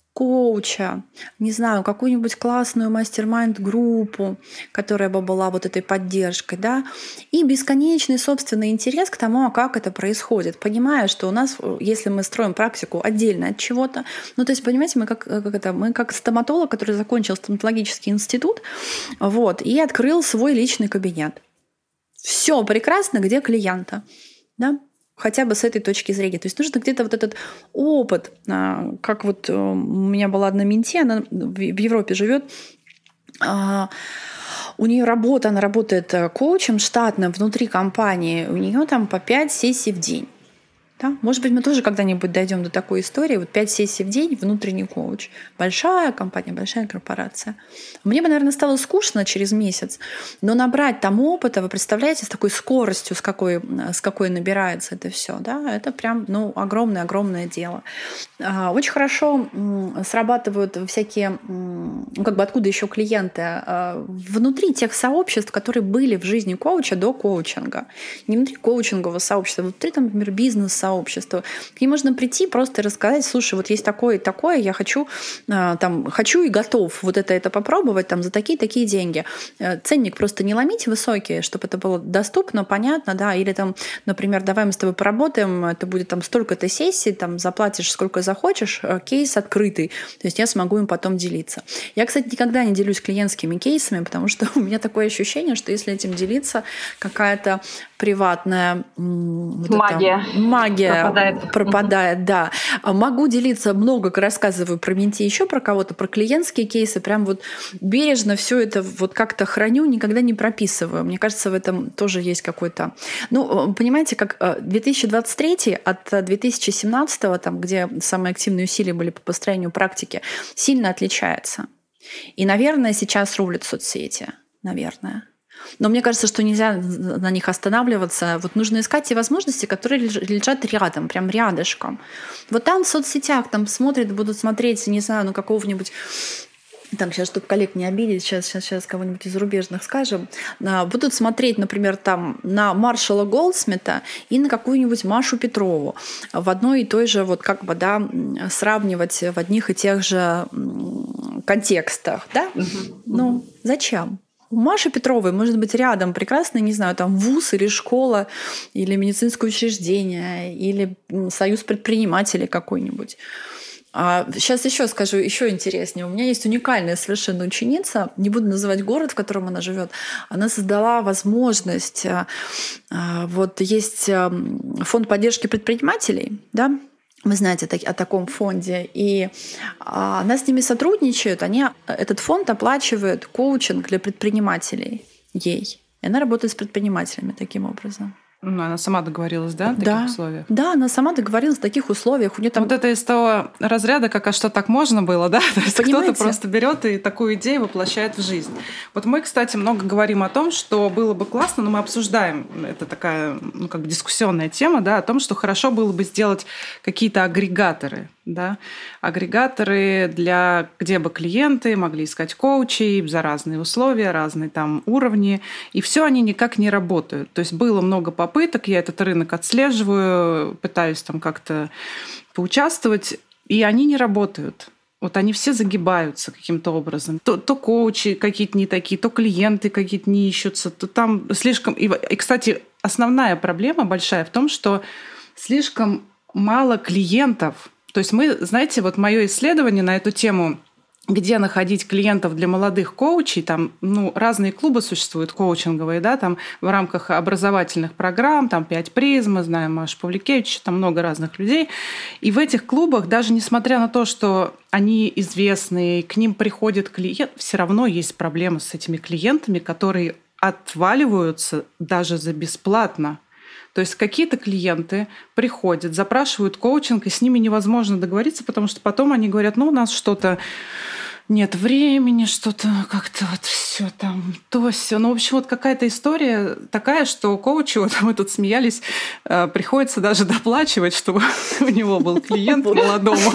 коуча, не знаю, какую-нибудь классную мастер-майнд-группу, которая бы была вот этой поддержкой, да, и бесконечный собственный интерес к тому, а как это происходит, понимая, что у нас, если мы строим практику отдельно от чего-то, ну, то есть, понимаете, мы как, как это, мы как стоматолог, который закончил стоматологический институт, вот, и открыл свой личный кабинет. Все прекрасно, где клиента, да? Хотя бы с этой точки зрения. То есть нужно где-то вот этот опыт, как вот у меня была одна менти, она в Европе живет, у нее работа, она работает коучем штатным внутри компании, у нее там по пять сессий в день. Да? Может быть, мы тоже когда-нибудь дойдем до такой истории. Вот пять сессий в день, внутренний коуч. Большая компания, большая корпорация. Мне бы, наверное, стало скучно через месяц, но набрать там опыта, вы представляете, с такой скоростью, с какой, с какой набирается это все, да, это прям ну, огромное-огромное дело. Очень хорошо срабатывают всякие, ну, как бы откуда еще клиенты, внутри тех сообществ, которые были в жизни коуча до коучинга. Не внутри коучингового сообщества, внутри, там, например, бизнес-сообщества. Сообщество. К ним можно прийти просто и рассказать, слушай, вот есть такое и такое, я хочу, там, хочу и готов вот это, это попробовать там, за такие-такие деньги. Ценник просто не ломить высокий, чтобы это было доступно, понятно, да, или там, например, давай мы с тобой поработаем, это будет там столько-то сессий, там заплатишь сколько захочешь, кейс открытый, то есть я смогу им потом делиться. Я, кстати, никогда не делюсь клиентскими кейсами, потому что у меня такое ощущение, что если этим делиться, какая-то приватная вот магия. Это, магия пропадает. пропадает, да. Могу делиться много, рассказываю про менти, еще про кого-то, про клиентские кейсы, прям вот бережно все это вот как-то храню, никогда не прописываю. Мне кажется, в этом тоже есть какой-то... Ну, понимаете, как две тысячи двадцать третий от две тысячи семнадцатого, там, где самые активные усилия были по построению практики, сильно отличается. И, наверное, сейчас рулят соцсети. Наверное. Но мне кажется, что нельзя на них останавливаться. Вот нужно искать те возможности, которые лежат рядом, прям рядышком. Вот там в соцсетях там смотрят, будут смотреть, не знаю, ну какого-нибудь Так, сейчас, чтобы коллег не обидеть, сейчас, сейчас, сейчас кого-нибудь из зарубежных скажем, будут смотреть, например, там на Маршала Голдсмита и на какую-нибудь Машу Петрову в одной и той же, вот как бы, да, сравнивать в одних и тех же контекстах, да? Mm-hmm. Ну, зачем? У Маши Петровой может быть рядом прекрасный, не знаю, там вуз или школа, или медицинское учреждение, или союз предпринимателей какой-нибудь. А сейчас еще скажу, еще интереснее. У меня есть уникальная совершенно ученица, не буду называть город, в котором она живет. Она создала возможность, вот есть фонд поддержки предпринимателей, да, вы знаете о таком фонде, и она с ними сотрудничает, они, этот фонд оплачивает коучинг для предпринимателей ей. И она работает с предпринимателями таким образом. Ну, она сама договорилась, да, в да, таких условиях? Да, она сама договорилась в таких условиях. У нее там... Вот это из того разряда, как а что так можно было, да? То есть кто-то просто берет и такую идею воплощает в жизнь. Вот мы, кстати, много говорим о том, что было бы классно, но мы обсуждаем, это такая, ну, как бы дискуссионная тема, да, о том, что хорошо было бы сделать какие-то агрегаторы, да, агрегаторы, для, где бы клиенты могли искать коучей за разные условия, разные там уровни, и все они никак не работают. То есть было много попыток, я этот рынок отслеживаю, пытаюсь там как-то поучаствовать, и они не работают. Вот они все загибаются каким-то образом. То, то коучи какие-то не такие, то клиенты какие-то не ищутся, то там слишком... И, и, кстати, основная проблема большая в том, что слишком мало клиентов. То есть мы, знаете, вот мое исследование на эту тему, где находить клиентов для молодых коучей, там, ну, разные клубы существуют коучинговые, да, там в рамках образовательных программ, там «Пять призм», мы знаем Машу Павликевич, там много разных людей. И в этих клубах, даже несмотря на то, что они известные, к ним приходит клиент, все равно есть проблемы с этими клиентами, которые отваливаются даже за бесплатно. То есть какие-то клиенты приходят, запрашивают коучинг, и с ними невозможно договориться, потому что потом они говорят, ну, у нас что-то нет времени, что-то как-то вот все там, то все. Ну, в общем, вот какая-то история такая, что коучу, вот мы тут смеялись, приходится даже доплачивать, чтобы у него был клиент молодому.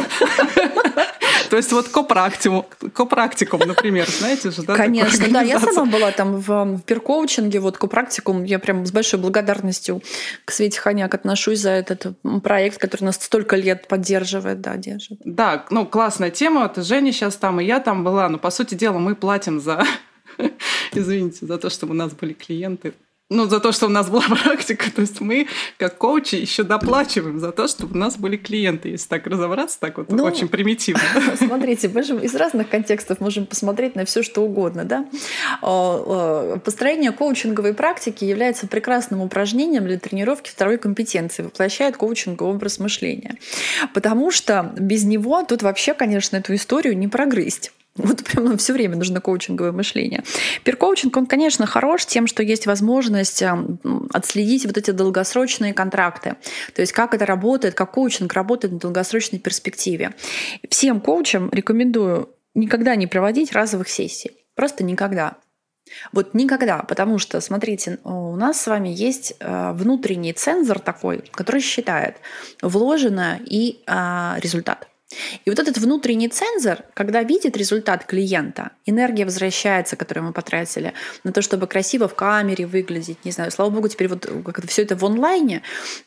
То есть вот копрактикум, копрактикум, например, знаете же, да? Конечно, да. Я сама была там в пир-коучинге, вот копрактикум. Я прям с большой благодарностью к Свете Хоняк отношусь за этот проект, который нас столько лет поддерживает, да, держит. Да, ну классная тема. Это Женя сейчас там, и я там была. Но, по сути дела, мы платим за... Извините, за то, чтобы у нас были клиенты. Ну, за то, что у нас была практика. То есть мы, как коучи, еще доплачиваем за то, чтобы у нас были клиенты. Если так разобраться, так вот, ну, очень примитивно. Смотрите, мы же из разных контекстов можем посмотреть на все, что угодно. Да? Построение коучинговой практики является прекрасным упражнением для тренировки второй компетенции. Воплощает коучинговый образ мышления. Потому что без него тут вообще, конечно, эту историю не прогрызть. Вот прямо все время нужно коучинговое мышление. Пир-коучинг, он, конечно, хорош тем, что есть возможность отследить вот эти долгосрочные контракты. То есть как это работает, как коучинг работает на долгосрочной перспективе. Всем коучам рекомендую никогда не проводить разовых сессий. Просто никогда. Вот никогда, потому что, смотрите, у нас с вами есть внутренний цензор такой, который считает вложенное и результат. И вот этот внутренний цензор, когда видит результат клиента, энергия возвращается, которую мы потратили, на то, чтобы красиво в камере выглядеть, не знаю, слава богу, теперь вот как-то все это в онлайне,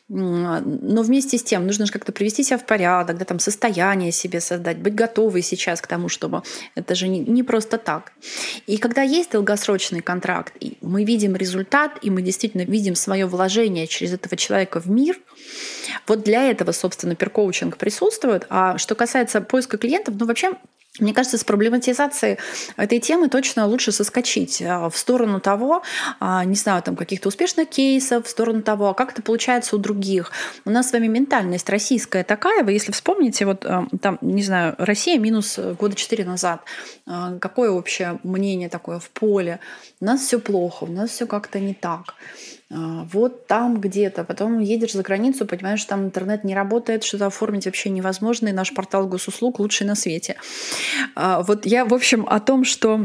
но вместе с тем нужно же как-то привести себя в порядок, да, там состояние себе создать, быть готовой сейчас к тому, чтобы это же не, не просто так. И когда есть долгосрочный контракт, и мы видим результат, и мы действительно видим свое вложение через этого человека в мир, вот для этого, собственно, пир-коучинг присутствует. А что касается поиска клиентов, ну вообще, мне кажется, с проблематизацией этой темы точно лучше соскочить в сторону того, не знаю, там каких-то успешных кейсов, в сторону того, как это получается у других. У нас с вами ментальность российская такая, вы если вспомните, вот там, не знаю, Россия минус года четыре назад, какое общее мнение такое в поле? У нас все плохо, у нас все как-то не так. Вот там где-то. Потом едешь за границу, понимаешь, что там интернет не работает, что-то оформить вообще невозможно, и наш портал госуслуг лучший на свете. Вот я, в общем, о том, что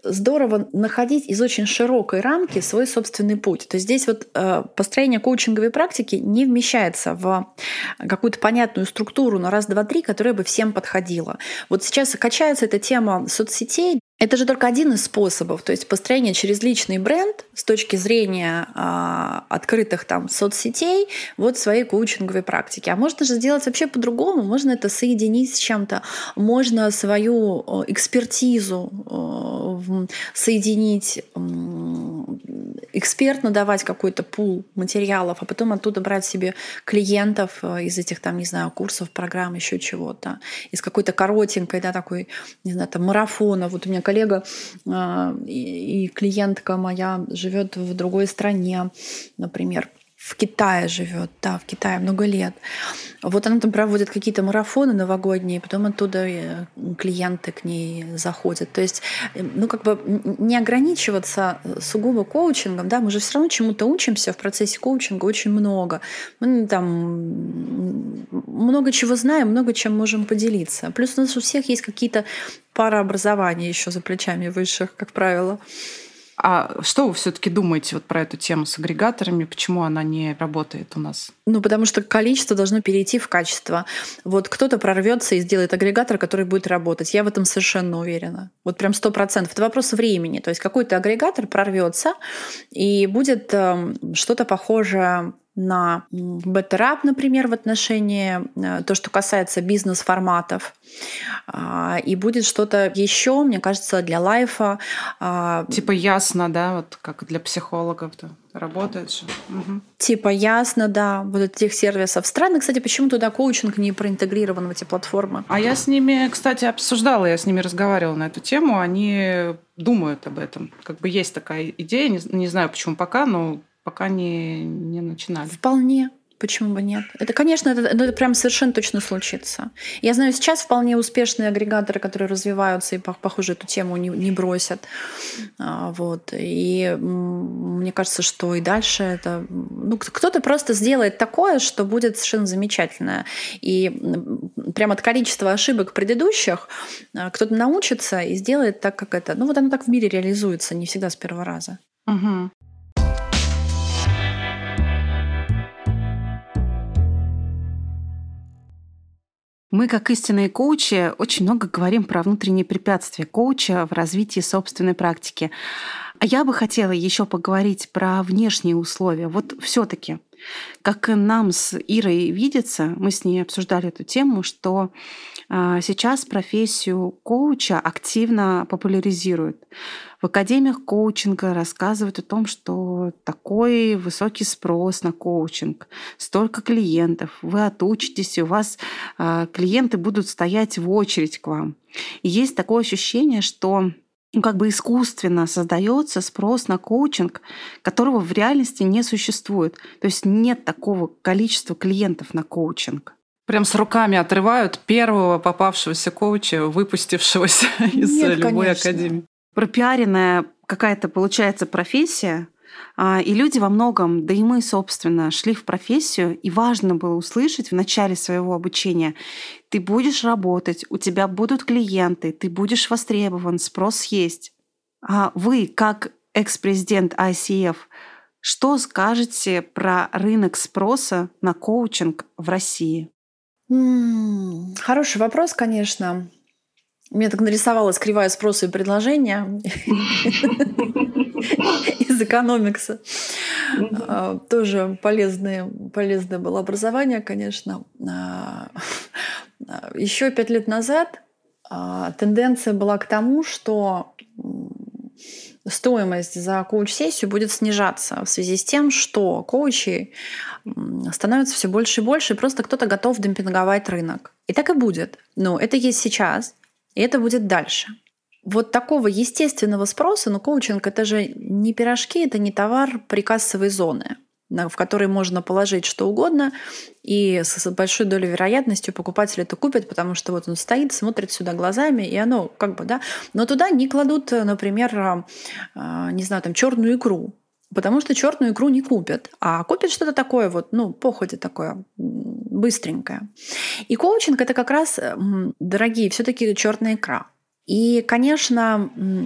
здорово находить из очень широкой рамки свой собственный путь. То есть здесь вот э, построение коучинговой практики не вмещается в какую-то понятную структуру на раз, два, три, которая бы всем подходила. Вот сейчас качается эта тема соцсетей. Это же только один из способов, то есть построение через личный бренд с точки зрения э, открытых там соцсетей вот своей коучинговой практики. А можно же сделать вообще по-другому, можно это соединить с чем-то, можно свою экспертизу э, соединить, э, экспертно давать какой-то пул материалов, а потом оттуда брать себе клиентов из этих там, не знаю, курсов, программ, еще чего-то, из какой-то коротенькой, да, такой, не знаю, там марафона. Вот у меня коллега э, и, и клиентка моя живет в другой стране, например, в Китае живет, да, в Китае много лет. Вот она там проводит какие-то марафоны новогодние, потом оттуда клиенты к ней заходят. То есть, ну, как бы не ограничиваться сугубо коучингом, да, мы же все равно чему-то учимся в процессе коучинга очень много. Мы там много чего знаем, много чем можем поделиться. Плюс у нас у всех есть какие-то парообразования еще за плечами высших, как правило. А что вы все-таки думаете вот про эту тему с агрегаторами? Почему она не работает у нас? Ну, потому что количество должно перейти в качество. Вот кто-то прорвется и сделает агрегатор, который будет работать. Я в этом совершенно уверена. Вот прям сто процентов. Это вопрос времени. То есть какой-то агрегатор прорвется и будет э, что-то похожее на BetterUp, например, в отношении то, что касается бизнес-форматов. И будет что-то еще, мне кажется, для лайфа. Типа Ясно, да, вот как для психологов-то работает же. Угу. Типа Ясно, да, вот этих сервисов. Странно, кстати, почему туда коучинг не проинтегрирован в эти платформы. А я с ними, кстати, обсуждала, я с ними разговаривала на эту тему, они думают об этом. Как бы есть такая идея, не, не знаю, почему пока, но пока не, не начинали. Вполне. Почему бы нет? Это, конечно, это, это прям совершенно точно случится. Я знаю сейчас вполне успешные агрегаторы, которые развиваются и, похоже, эту тему не, не бросят. Вот. И мне кажется, что и дальше это... Ну, кто-то просто сделает такое, что будет совершенно замечательное. И прямо от количества ошибок предыдущих кто-то научится и сделает так, как это... Ну, вот оно так в мире реализуется, не всегда с первого раза. Угу. Мы, как истинные коучи, очень много говорим про внутренние препятствия коуча в развитии собственной практики. А я бы хотела еще поговорить про внешние условия. Вот все-таки, как нам с Ирой видится, мы с ней обсуждали эту тему, что сейчас профессию коуча активно популяризируют. В академиях коучинга рассказывают о том, что такой высокий спрос на коучинг, столько клиентов, вы отучитесь, и у вас клиенты будут стоять в очередь к вам. И есть такое ощущение, что ну, как бы искусственно создается спрос на коучинг, которого в реальности не существует. То есть нет такого количества клиентов на коучинг. Прям с руками отрывают первого попавшегося коуча, выпустившегося из Нет, любой конечно. академии. Пропиаренная какая-то получается профессия, и люди во многом, да и мы, собственно, шли в профессию, и важно было услышать в начале своего обучения: ты будешь работать, у тебя будут клиенты, ты будешь востребован, спрос есть. А вы, как экс-президент ай си эф, что скажете про рынок спроса на коучинг в России? М-м, хороший вопрос, конечно. Мне так нарисовалась кривая спроса и предложения из экономикса. Тоже полезное, полезное было образование, конечно. Еще пять лет назад тенденция была к тому, что стоимость за коуч-сессию будет снижаться в связи с тем, что коучей становится все больше и больше, и просто кто-то готов демпинговать рынок. И так и будет. Но это есть сейчас. И это будет дальше. Вот такого естественного спроса, но коучинг — это же не пирожки, это не товар прикассовой зоны, в который можно положить что угодно, и с большой долей вероятностью покупатель это купит, потому что вот он стоит, смотрит сюда глазами, и оно как бы, да. Но туда не кладут, например, не знаю, там черную икру, потому что черную икру не купят, а купят что-то такое вот, ну, походе такое, быстренькое. И коучинг — это как раз, дорогие, все-таки черная икра. И, конечно,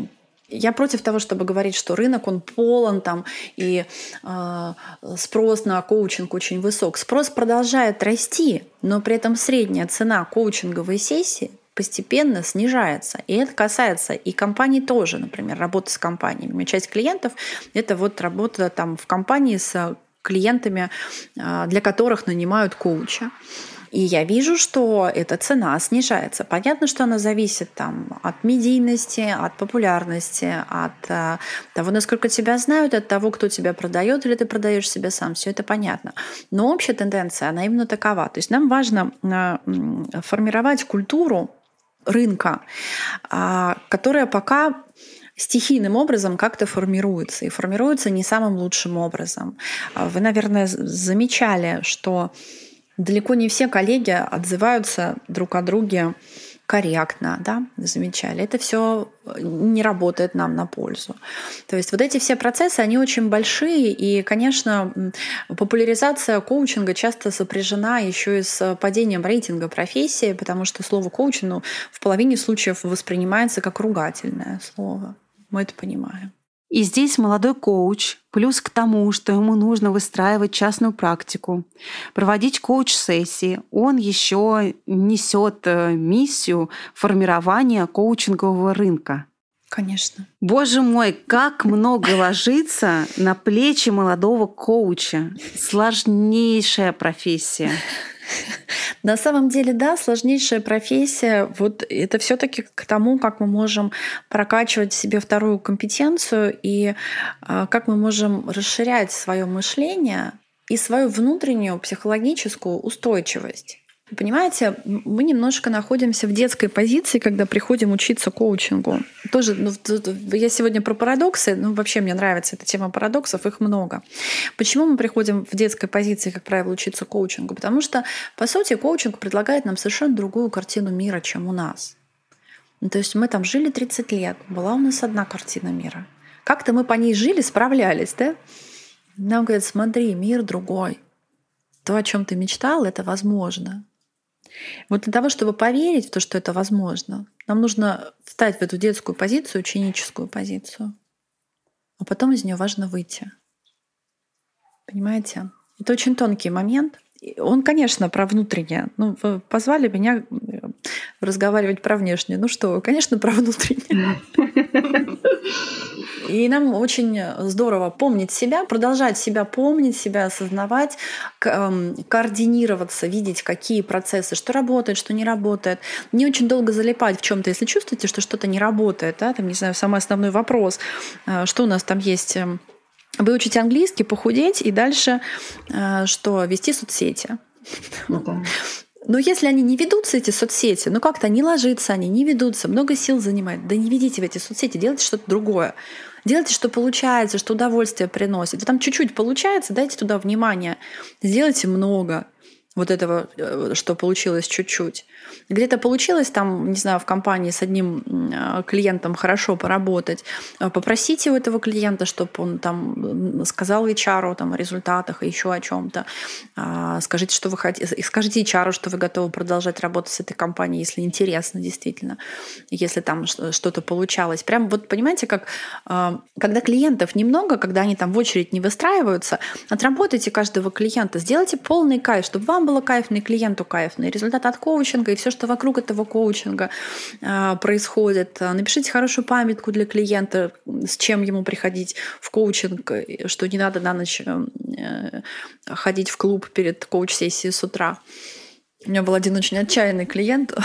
Я против того, чтобы говорить, что рынок, он полон там, и э, спрос на коучинг очень высок. Спрос продолжает расти, но при этом средняя цена коучинговой сессии постепенно снижается. И это касается и компаний тоже, например, работы с компаниями. У меня часть клиентов — это вот работа там в компании с клиентами, э, для которых нанимают коуча. И я вижу, что эта цена снижается. Понятно, что она зависит там, от медийности, от популярности, от а, того, насколько тебя знают, от того, кто тебя продает, или ты продаешь себя сам. Все это понятно. Но общая тенденция, она именно такова. То есть нам важно а, формировать культуру рынка, а, которая пока стихийным образом как-то формируется. И формируется не самым лучшим образом. Вы, наверное, замечали, что далеко не все коллеги отзываются друг о друге корректно, да, замечали. Это все не работает нам на пользу. То есть вот эти все процессы, они очень большие, и, конечно, популяризация коучинга часто сопряжена еще и с падением рейтинга профессии, потому что слово коуч, ну, в половине случаев воспринимается как ругательное слово. Мы это понимаем. И здесь молодой коуч, плюс к тому, что ему нужно выстраивать частную практику, проводить коуч-сессии, он еще несет миссию формирования коучингового рынка. Конечно. Боже мой, как много ложится на плечи молодого коуча. Сложнейшая профессия. На самом деле, да, сложнейшая профессия. Вот это все-таки к тому, как мы можем прокачивать в себе вторую компетенцию и как мы можем расширять свое мышление и свою внутреннюю психологическую устойчивость. Понимаете, мы немножко находимся в детской позиции, когда приходим учиться коучингу. Тоже, ну, я сегодня про парадоксы, ну, вообще мне нравится эта тема парадоксов, их много. Почему мы приходим в детской позиции, как правило, учиться коучингу? Потому что, по сути, коучинг предлагает нам совершенно другую картину мира, чем у нас. Ну, то есть мы там жили тридцать лет, была у нас одна картина мира. Как-то мы по ней жили, справлялись, да? Нам говорят, смотри, мир другой. То, о чем ты мечтал, это возможно. Вот для того, чтобы поверить в то, что это возможно, нам нужно встать в эту детскую позицию, ученическую позицию, а потом из нее важно выйти. Понимаете? Это очень тонкий момент. Он, конечно, про внутреннее. Ну, вы позвали меня разговаривать про внешнее. Ну что, конечно, про внутреннее. И нам очень здорово помнить себя, продолжать себя помнить, себя осознавать, координироваться, видеть, какие процессы, что работает, что не работает. Не очень долго залипать в чем-то, если чувствуете, что что-то не работает. Да? Там, не знаю, самый основной вопрос, что у нас там есть. Выучить английский, похудеть и дальше что? Вести соцсети. Ну, Но если они не ведутся, эти соцсети, ну как-то не ложатся они, не ведутся, много сил занимает, да не ведите в эти соцсети, делайте что-то другое. Делайте, что получается, что удовольствие приносит. Вот там чуть-чуть получается, дайте туда внимание, сделайте много вот этого, что получилось чуть-чуть. Где-то получилось там, не знаю, в компании с одним клиентом хорошо поработать, попросите у этого клиента, чтобы он там сказал эйч ар там, о результатах и еще о чем-то. Скажите, что вы хотите, скажите эйч ар, что вы готовы продолжать работать с этой компанией, если интересно действительно, если там что-то получалось. Прям вот понимаете, как когда клиентов немного, когда они там в очередь не выстраиваются, отработайте каждого клиента, сделайте полный кайф, чтобы вам было кайфно и клиенту кайфно, и результат от коучинга, и все, что вокруг этого коучинга э, происходит. Напишите хорошую памятку для клиента, с чем ему приходить в коучинг, что не надо на ночь э, ходить в клуб перед коуч-сессией с утра. У меня был один очень отчаянный клиент.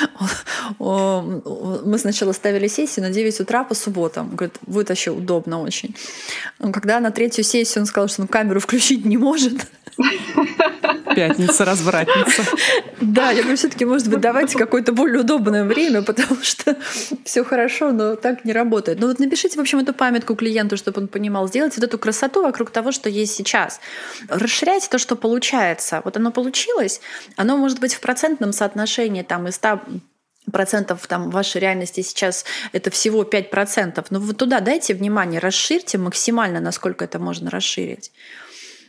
Мы сначала ставили сессию на девять утра по субботам. Говорит, будет вообще удобно очень. Когда на третью сессию он сказал, что он камеру включить не может. Пятница, развратница. Да, я говорю, все-таки, может быть, давайте какое-то более удобное время, потому что все хорошо, но так не работает. Ну вот напишите, в общем, эту памятку клиенту, чтобы он понимал, сделайте вот эту красоту вокруг того, что есть сейчас. Расширяйте то, что получается. Вот оно получилось, оно может быть в процентном соотношении там из ста процентов там, вашей реальности сейчас это всего пять процентов. Но вы туда дайте внимание, расширьте максимально, насколько это можно расширить.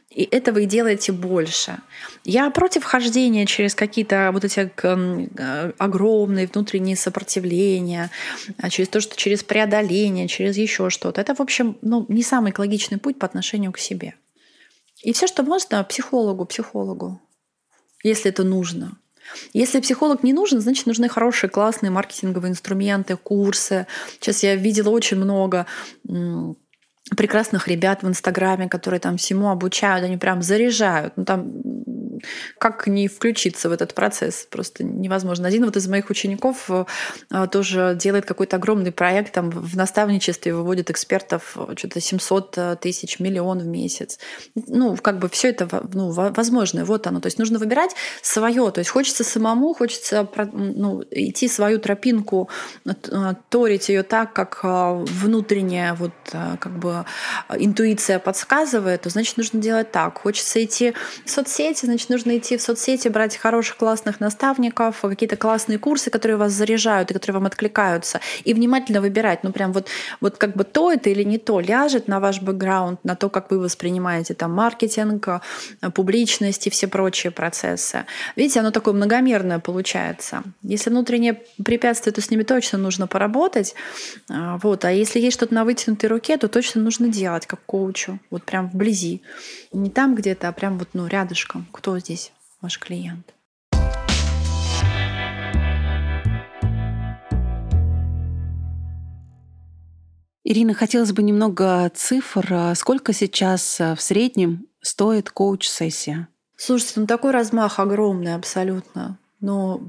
И этого и делайте больше. Я против хождения через какие-то вот эти огромные внутренние сопротивления, через то, что через преодоление, через еще что-то. Это, в общем, ну, не самый экологичный путь по отношению к себе. И все, что можно, психологу, психологу, если это нужно. Если психолог не нужен, значит, нужны хорошие, классные маркетинговые инструменты, курсы. Сейчас я видела очень много прекрасных ребят в Инстаграме, которые там всему обучают, они прям заряжают. Ну, там как не включиться в этот процесс? Просто невозможно. Один вот из моих учеников тоже делает какой-то огромный проект, там в наставничестве выводит экспертов что-то семьсот тысяч, миллион в месяц. Ну, как бы все это ну, возможно. Вот оно. То есть нужно выбирать свое. То есть хочется самому, хочется ну, идти свою тропинку, торить ее так, как внутренняя вот как бы интуиция подсказывает, то значит нужно делать так. Хочется идти в соцсети, значит нужно идти в соцсети, брать хороших, классных наставников, какие-то классные курсы, которые вас заряжают и которые вам откликаются, и внимательно выбирать, ну прям вот, вот как бы то это или не то ляжет на ваш бэкграунд, на то, как вы воспринимаете там маркетинг, публичность и все прочие процессы. Видите, оно такое многомерное получается. Если внутренние препятствия, то с ними точно нужно поработать. Вот. А если есть что-то на вытянутой руке, то точно нужно делать как коучу, вот прям вблизи. Не там где-то, а прям вот ну, рядышком. Кто здесь ваш клиент? Ирина, хотелось бы немного цифр. Сколько сейчас в среднем стоит коуч-сессия? Слушайте, ну такой размах огромный абсолютно. Но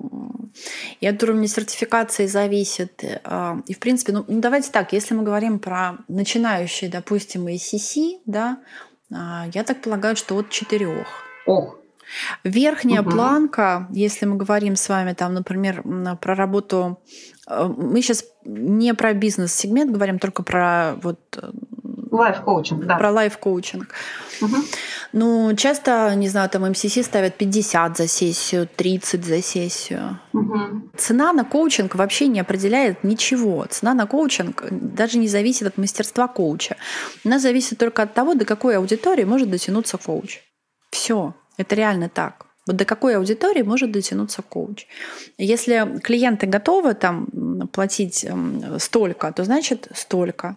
и от уровня сертификации зависит. И, в принципе, ну, давайте так, если мы говорим про начинающие, допустим, эй си си, да, я так полагаю, что от четырех. Ох. Верхняя угу. планка, если мы говорим с вами, там, например, про работу, мы сейчас не про бизнес-сегмент говорим, только про вот лайф-коучинг, да. Про лайф-коучинг. Угу. Ну, часто, не знаю, там эм си си ставят пятьдесят за сессию, тридцать за сессию. Угу. Цена на коучинг вообще не определяет ничего. Цена на коучинг даже не зависит от мастерства коуча. Она зависит только от того, до какой аудитории может дотянуться коуч. Все, это реально так. Вот до какой аудитории может дотянуться коуч. Если клиенты готовы там платить столько, то значит столько.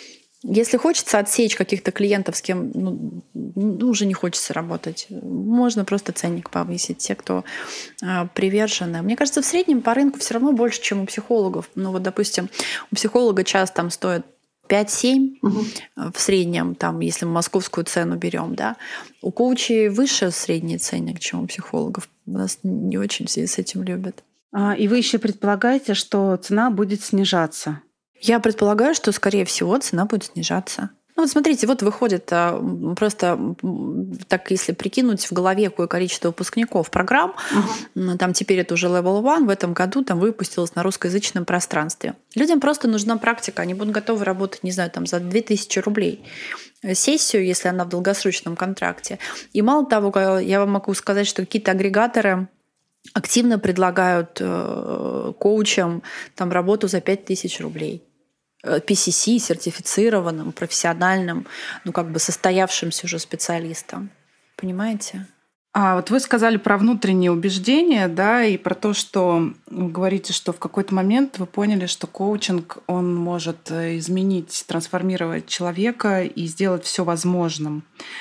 Если хочется отсечь каких-то клиентов, с кем ну, ну, уже не хочется работать, можно просто ценник повысить. Те, кто э, привержены. Мне кажется, в среднем по рынку все равно больше, чем у психологов. Ну вот, допустим, у психолога час там стоит пять-семь угу. в среднем, там, если мы московскую цену берем, да. У коучей выше средний ценник, чем у психологов. Нас не очень в связи с этим любят. А, и вы еще предполагаете, что цена будет снижаться? Я предполагаю, что, скорее всего, цена будет снижаться. Ну вот смотрите, вот выходит просто так, если прикинуть в голове какое количество выпускников программ, uh-huh. там теперь это уже level один, в этом году там выпустилось на русскоязычном пространстве. Людям просто нужна практика, они будут готовы работать, не знаю, там за две тысячи рублей сессию, если она в долгосрочном контракте. И мало того, я вам могу сказать, что какие-то агрегаторы активно предлагают э, коучам там, работу за пять тысяч рублей. пи си си сертифицированным, профессиональным, ну как бы состоявшимся уже специалистом. Понимаете? А вот вы сказали про внутренние убеждения, да, и про то, что вы говорите, что в какой-то момент вы поняли, что коучинг, он может изменить, трансформировать человека и сделать все возможным.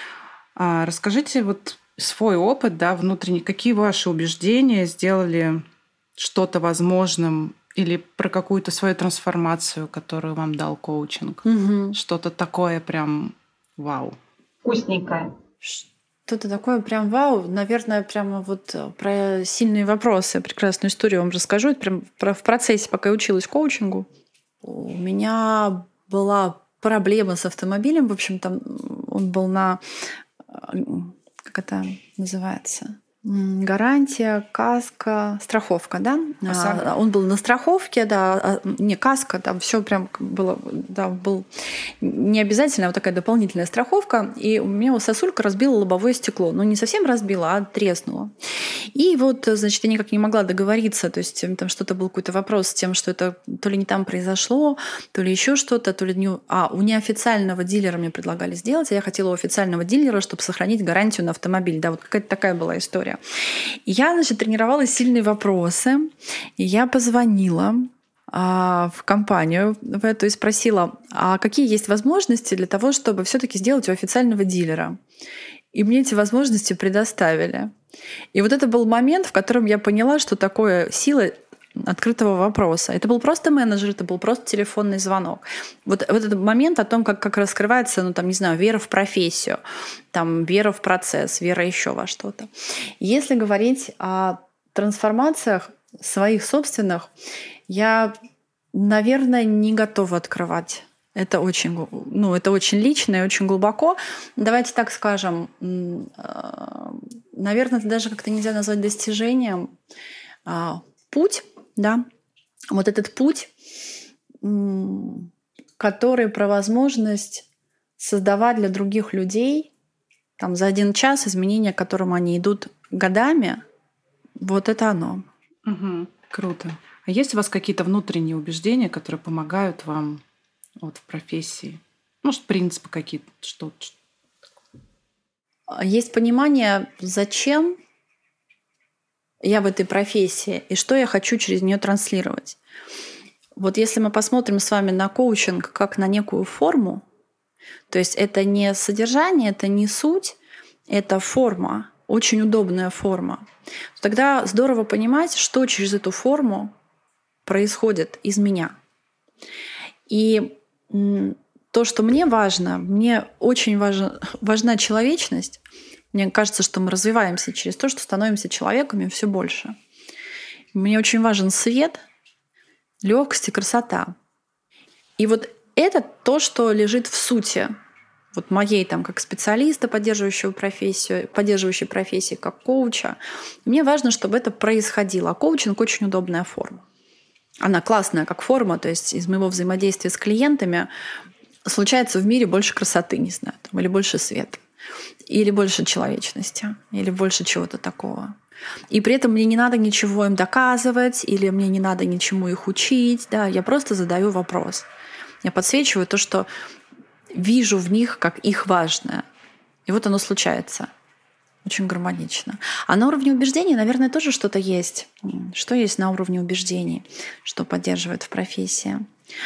А расскажите вот свой опыт, да, внутренний, какие ваши убеждения сделали что-то возможным или про какую-то свою трансформацию, которую вам дал коучинг? Угу. Что-то такое прям вау. Вкусненькое. Что-то такое прям вау. Наверное, прямо вот про сильные вопросы. Прекрасную историю вам расскажу. Это прям про, в процессе, пока я училась коучингу. У меня была проблема с автомобилем. В общем, там он был на... Как это называется? Гарантия, каска, страховка, да? ОСАГО. Он был на страховке, да, не каска, там все прям было, да, был не обязательно, а вот такая дополнительная страховка. И у меня у сосулька разбила лобовое стекло. Ну, не совсем разбила, а треснула. И вот, значит, я никак не могла договориться, то есть там что-то был какой-то вопрос с тем, что это то ли не там произошло, то ли еще что-то, то ли не... А у неофициального дилера мне предлагали сделать, а я хотела у официального дилера, чтобы сохранить гарантию на автомобиль. Да, вот какая-то такая была история. И я, значит, тренировала сильные вопросы, и я позвонила а, в компанию в эту и спросила, а какие есть возможности для того, чтобы все-таки сделать у официального дилера. И мне эти возможности предоставили. И вот это был момент, в котором я поняла, что такое сила открытого вопроса. Это был просто менеджер, это был просто телефонный звонок. Вот, вот этот момент о том, как, как раскрывается, ну, там, не знаю, вера в профессию, там, вера в процесс, вера еще во что-то. Если говорить о трансформациях своих собственных, я, наверное, не готова открывать. Это очень, ну, это очень лично и очень глубоко. Давайте так скажем, наверное, это даже как-то нельзя назвать достижением. Путь, да, вот этот путь, который про возможность создавать для других людей там, за один час изменения, к которым они идут годами, вот это оно. Угу, круто. А есть у вас какие-то внутренние убеждения, которые помогают вам вот, в профессии? Может, принципы какие-то, что-то? Есть понимание, зачем я в этой профессии и что я хочу через нее транслировать. Вот если мы посмотрим с вами на коучинг как на некую форму, то есть это не содержание, это не суть, это форма, очень удобная форма, тогда здорово понимать, что через эту форму происходит из меня. И то, что мне важно, мне очень важна, важна человечность. Мне кажется, что мы развиваемся через то, что становимся человеками все больше. Мне очень важен свет, легкость и красота. И вот это то, что лежит в сути вот моей там, как специалиста, поддерживающего профессию, поддерживающей профессии, как коуча. Мне важно, чтобы это происходило. А коучинг — очень удобная форма. Она классная как форма, то есть из моего взаимодействия с клиентами случается в мире больше красоты, не знаю, там, или больше света. Или больше человечности, или больше чего-то такого. И при этом мне не надо ничего им доказывать, или мне не надо ничему их учить. Да? Я просто задаю вопрос. Я подсвечиваю то, что вижу в них как их важное. И вот оно случается. Очень гармонично. А на уровне убеждений, наверное, тоже что-то есть. Что есть на уровне убеждений, что поддерживает в профессии?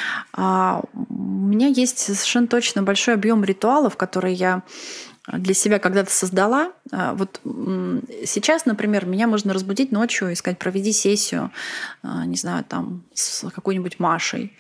А у меня есть совершенно точно большой объем ритуалов, которые я для себя когда-то создала. Вот сейчас, например, меня можно разбудить ночью и сказать: проведи сессию, не знаю, там, с какой-нибудь Машей,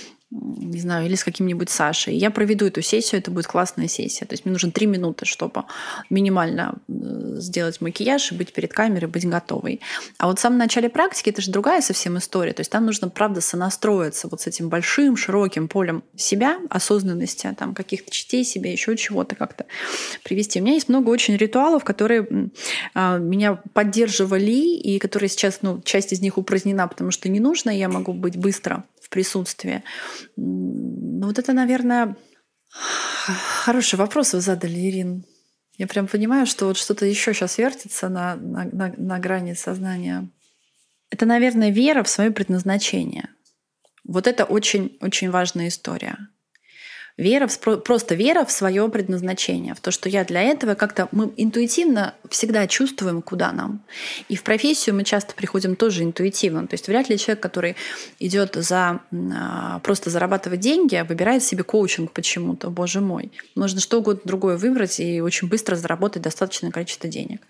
не знаю, или с каким-нибудь Сашей. Я проведу эту сессию, это будет классная сессия. То есть мне нужно три минуты, чтобы минимально сделать макияж и быть перед камерой, быть готовой. А вот в самом начале практики это же другая совсем история. То есть там нужно, правда, сонастроиться вот с этим большим, широким полем себя, осознанности, там, каких-то частей себя, еще чего-то как-то привести. У меня есть много очень ритуалов, которые меня поддерживали и которые сейчас, ну, часть из них упразднена, потому что не нужно, я могу быть быстро в присутствии. Ну, вот это, наверное, хороший вопрос вы задали, Ирин. Я прям понимаю, что вот что-то еще сейчас вертится на, на, на, на грани сознания. Это, наверное, вера в свое предназначение. Вот это очень-очень важная история. Вера в, просто вера в свое предназначение, в то, что я для этого как-то... Мы интуитивно всегда чувствуем, куда нам. И в профессию мы часто приходим тоже интуитивно. То есть вряд ли человек, который идет за просто зарабатывать деньги, выбирает себе коучинг почему-то. Боже мой. Можно что угодно другое выбрать и очень быстро заработать достаточное количество денег.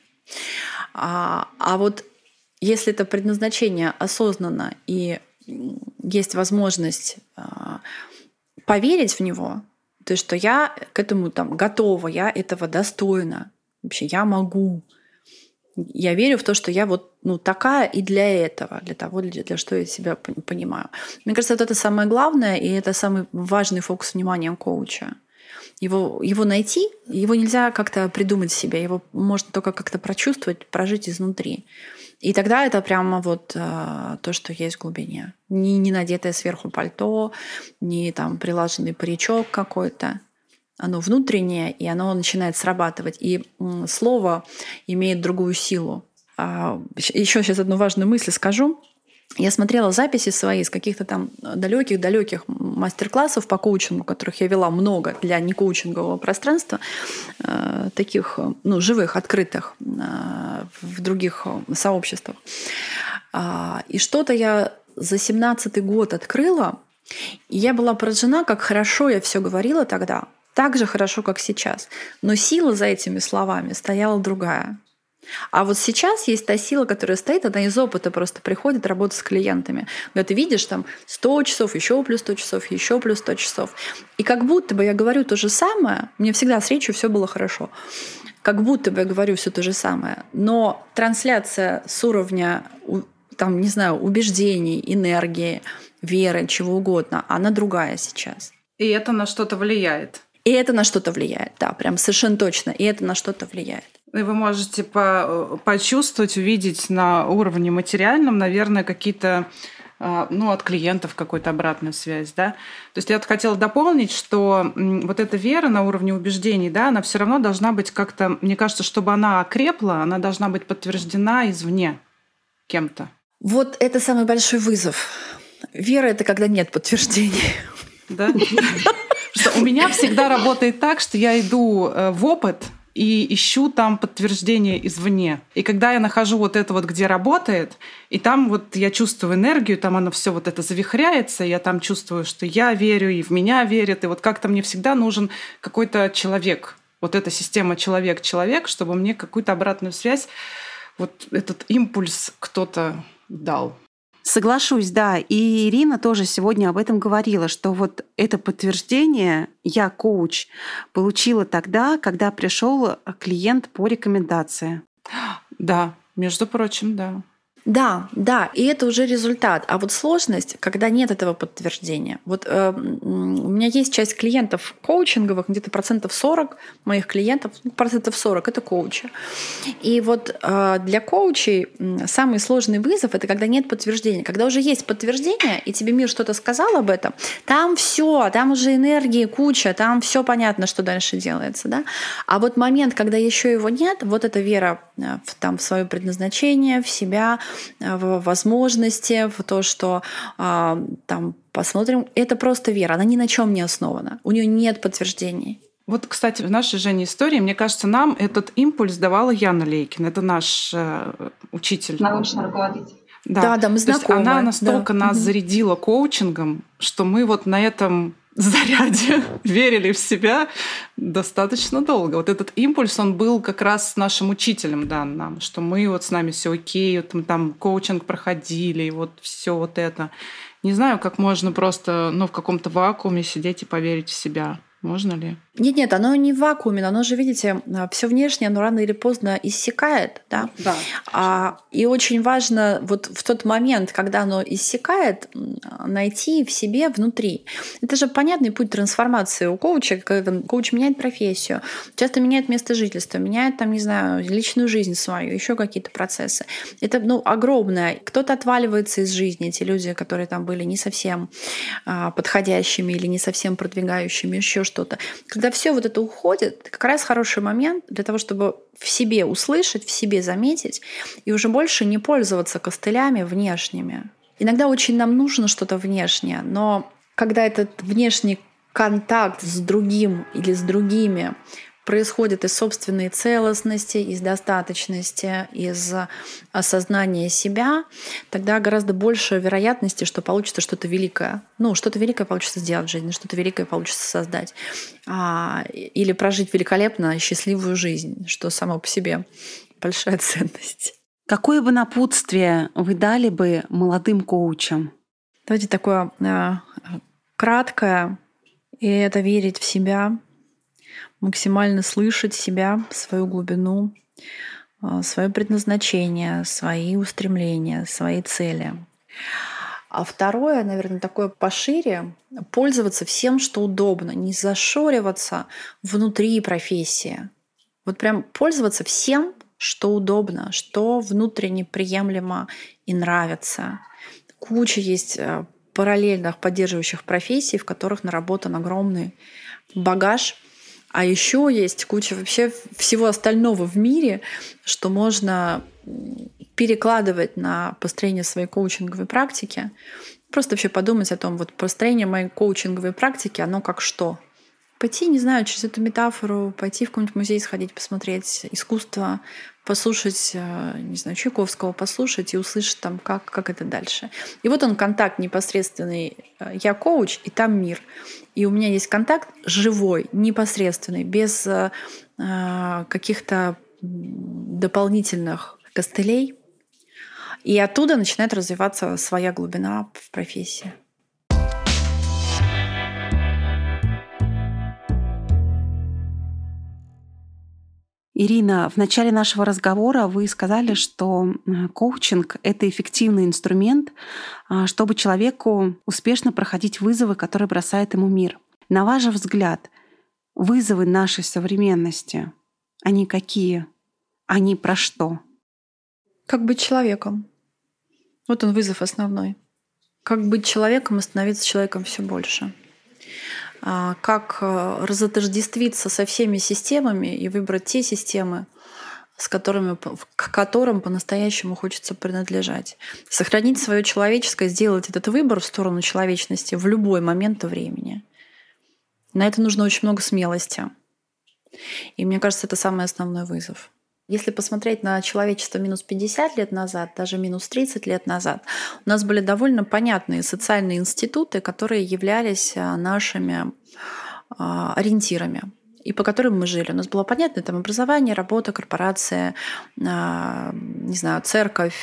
А, а вот если это предназначение осознанно и есть возможность поверить в него, то есть что я к этому там готова, я этого достойна, вообще я могу. Я верю в то, что я вот ну, такая и для этого, для того, для, для что я себя понимаю. Мне кажется, вот это самое главное, и это самый важный фокус внимания коуча. Его, его найти, его нельзя как-то придумать себе, его можно только как-то прочувствовать, прожить изнутри. И тогда это прямо вот э, то, что есть в глубине. Не, не надетое сверху пальто, не там прилаженный паричок какой-то. Оно внутреннее, и оно начинает срабатывать. И м, слово имеет другую силу. А, еще сейчас одну важную мысль скажу. Я смотрела записи свои из каких-то там далеких-далеких мастер-классов по коучингу, которых я вела много для некоучингового пространства, э, таких ну, живых, открытых э, в других сообществах. А, и что-то я за семнадцатый год открыла, и я была поражена, как хорошо я все говорила тогда, так же хорошо, как сейчас. Но сила за этими словами стояла другая. А вот сейчас есть та сила, которая стоит, она из опыта просто приходит работать с клиентами. Когда ты видишь там сто часов, еще плюс сто часов, еще плюс сто часов. И как будто бы я говорю то же самое, мне всегда с речью все было хорошо. Как будто бы я говорю все то же самое. Но трансляция с уровня, там, не знаю, убеждений, энергии, веры, чего угодно, она другая сейчас. И это на что-то влияет. И это на что-то влияет, да, прям совершенно точно. И это на что-то влияет. И вы можете по- почувствовать, увидеть на уровне материальном, наверное, какие-то, ну, от клиентов какую-то обратную связь, да. То есть я вот хотела дополнить, что вот эта вера на уровне убеждений, да, она все равно должна быть как-то, мне кажется, чтобы она окрепла, она должна быть подтверждена извне кем-то. Вот это самый большой вызов. Вера — это когда нет подтверждений. Да? Что у меня всегда работает так, что я иду в опыт и ищу там подтверждение извне. И когда я нахожу вот это вот, где работает, и там вот я чувствую энергию, там оно все вот это завихряется, я там чувствую, что я верю, и в меня верят, и вот как-то мне всегда нужен какой-то человек, вот эта система человек-человек, чтобы мне какую-то обратную связь, вот этот импульс кто-то дал. Соглашусь, да. И Ирина тоже сегодня об этом говорила, что вот это подтверждение «я коуч» получила тогда, когда пришел клиент по рекомендации. Да, между прочим, да. Да, да, и это уже результат. А вот сложность, когда нет этого подтверждения. Вот э, у меня есть часть клиентов коучинговых, где-то процентов сорок моих клиентов, ну, процентов сорок это коучи. И вот э, для коучей самый сложный вызов — это когда нет подтверждения. Когда уже есть подтверждение, и тебе мир что-то сказал об этом, там все, там уже энергии куча, там все понятно, что дальше делается. Да? А вот момент, когда еще его нет, вот эта вера в, там, в свое предназначение, в себя, в возможности, в то, что э, там посмотрим. Это просто вера, она ни на чем не основана. У нее нет подтверждений. Вот, кстати, в нашей Жене истории, мне кажется, нам этот импульс давала Яна Лейкин. Это наш э, учитель. Научный руководитель. Да, да, да, мы знакомы. То есть она настолько да. нас угу. зарядила коучингом, что мы вот на этом заряде верили в себя достаточно долго. Вот этот импульс, он был как раз нашим учителем дан нам, что мы вот с нами все окей, вот мы там коучинг проходили, и вот все вот это. Не знаю, как можно просто ну, в каком-то вакууме сидеть и поверить в себя. Можно ли? Нет-нет, оно не в вакууме, оно же, видите, все внешнее, оно рано или поздно иссякает, да? Да. А, и очень важно вот в тот момент, когда оно иссякает, найти в себе внутри. Это же понятный путь трансформации у коуча, когда коуч меняет профессию, часто меняет место жительства, меняет, там, не знаю, личную жизнь свою, еще какие-то процессы. Это, ну, огромное. Кто-то отваливается из жизни, эти люди, которые там были не совсем а, подходящими или не совсем продвигающими, еще что-то. Когда все вот это уходит, как раз хороший момент для того, чтобы в себе услышать, в себе заметить и уже больше не пользоваться костылями внешними. Иногда очень нам нужно что-то внешнее, но когда этот внешний контакт с другим или с другими происходит из собственной целостности, из достаточности, из осознания себя, тогда гораздо больше вероятности, что получится что-то великое. Ну, что-то великое получится сделать в жизни, что-то великое получится создать. А, или прожить великолепно и счастливую жизнь, что само по себе большая ценность. Какое бы напутствие вы дали бы молодым коучам? Давайте такое э, краткое. И это верить в себя, максимально слышать себя, свою глубину, свое предназначение, свои устремления, свои цели. А второе, наверное, такое пошире, пользоваться всем, что удобно, не зашориваться внутри профессии. Вот прям пользоваться всем, что удобно, что внутренне приемлемо и нравится. Куча есть параллельных поддерживающих профессий, в которых наработан огромный багаж. А еще есть куча вообще всего остального в мире, что можно перекладывать на построение своей коучинговой практики. Просто вообще подумать о том, вот построение моей коучинговой практики, оно как что? Пойти, не знаю, через эту метафору, пойти в какой-нибудь музей сходить, посмотреть искусство, послушать, не знаю, Чайковского, послушать и услышать там, как, как это дальше. И вот он контакт непосредственный. Я коуч, и там мир. И у меня есть контакт живой, непосредственный, без э, каких-то дополнительных костылей. И оттуда начинает развиваться своя глубина в профессии. Ирина, в начале нашего разговора вы сказали, что коучинг — это эффективный инструмент, чтобы человеку успешно проходить вызовы, которые бросает ему мир. На ваш взгляд, вызовы нашей современности, они какие? Они про что? Как быть человеком? Вот он вызов основной. Как быть человеком и становиться человеком все больше. Как разотождествиться со всеми системами и выбрать те системы, с которыми, к которым по-настоящему хочется принадлежать. Сохранить свое человеческое, сделать этот выбор в сторону человечности в любой момент времени. На это нужно очень много смелости. И мне кажется, это самый основной вызов. Если посмотреть на человечество минус пятьдесят лет назад, даже минус тридцать лет назад, у нас были довольно понятные социальные институты, которые являлись нашими ориентирами и по которым мы жили. У нас было понятно там образование, работа, корпорация, не знаю, церковь,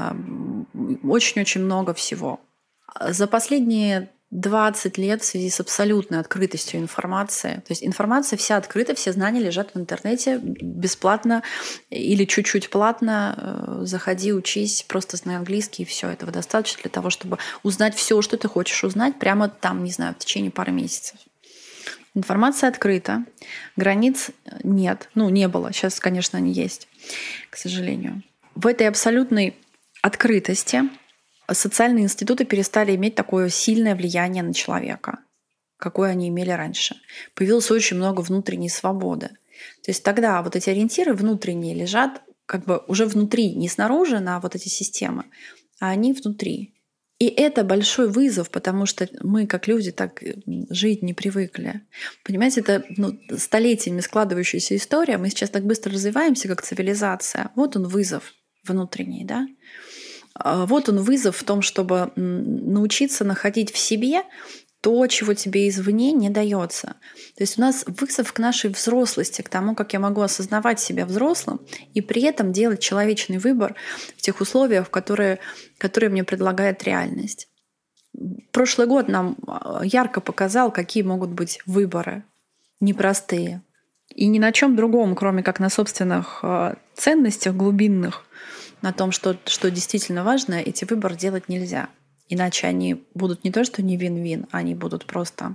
очень-очень много всего. За последние двадцать лет в связи с абсолютной открытостью информации. То есть информация вся открыта, все знания лежат в интернете бесплатно или чуть-чуть платно. Заходи, учись, просто знай английский, и все этого достаточно для того, чтобы узнать все, что ты хочешь узнать прямо там, не знаю, в течение пары месяцев. Информация открыта, границ нет. Ну, не было. Сейчас, конечно, они есть, к сожалению. В этой абсолютной открытости социальные институты перестали иметь такое сильное влияние на человека, какое они имели раньше. Появилось очень много внутренней свободы. То есть тогда вот эти ориентиры внутренние лежат как бы уже внутри, не снаружи на вот эти системы, а они внутри. И это большой вызов, потому что мы, как люди, так жить не привыкли. Понимаете, это ну, столетиями складывающаяся история. Мы сейчас так быстро развиваемся, как цивилизация. Вот он вызов внутренний, да? Вот он вызов в том, чтобы научиться находить в себе то, чего тебе извне не дается. То есть у нас вызов к нашей взрослости, к тому, как я могу осознавать себя взрослым и при этом делать человечный выбор в тех условиях, которые, которые мне предлагает реальность. Прошлый год нам ярко показал, какие могут быть выборы непростые. И ни на чем другом, кроме как на собственных ценностях глубинных, на том, что, что действительно важно, эти выборы делать нельзя. Иначе они будут не то, что не вин-вин, они будут просто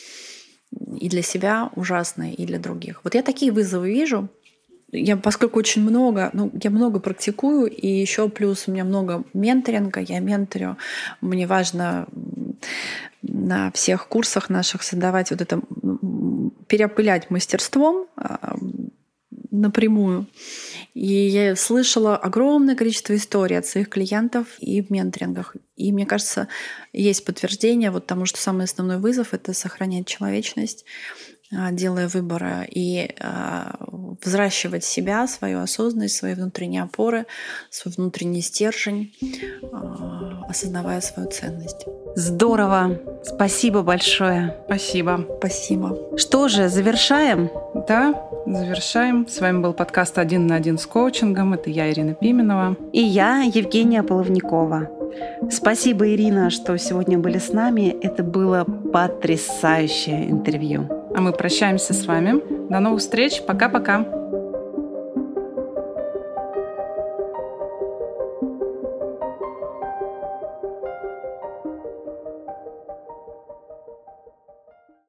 и для себя ужасные, и для других. Вот я такие вызовы вижу. Я, поскольку очень много, ну, я много практикую, и еще плюс у меня много менторинга, я менторю. Мне важно на всех курсах наших создавать вот это, переопылять мастерством напрямую. И я слышала огромное количество историй от своих клиентов и в менторингах. И мне кажется, есть подтверждение вот тому, что самый основной вызов — это сохранять человечность, делая выборы, и взращивать себя, свою осознанность, свои внутренние опоры, свой внутренний стержень, осознавая свою ценность. Здорово! Спасибо большое. Спасибо. Спасибо. Что же, завершаем? Да, завершаем. С вами был подкаст «Один на один с коучингом». Это я, Ирина Пименова. И я, Евгения Половникова. Спасибо, Ирина, что сегодня были с нами. Это было потрясающее интервью. А мы прощаемся с вами. До новых встреч. Пока-пока.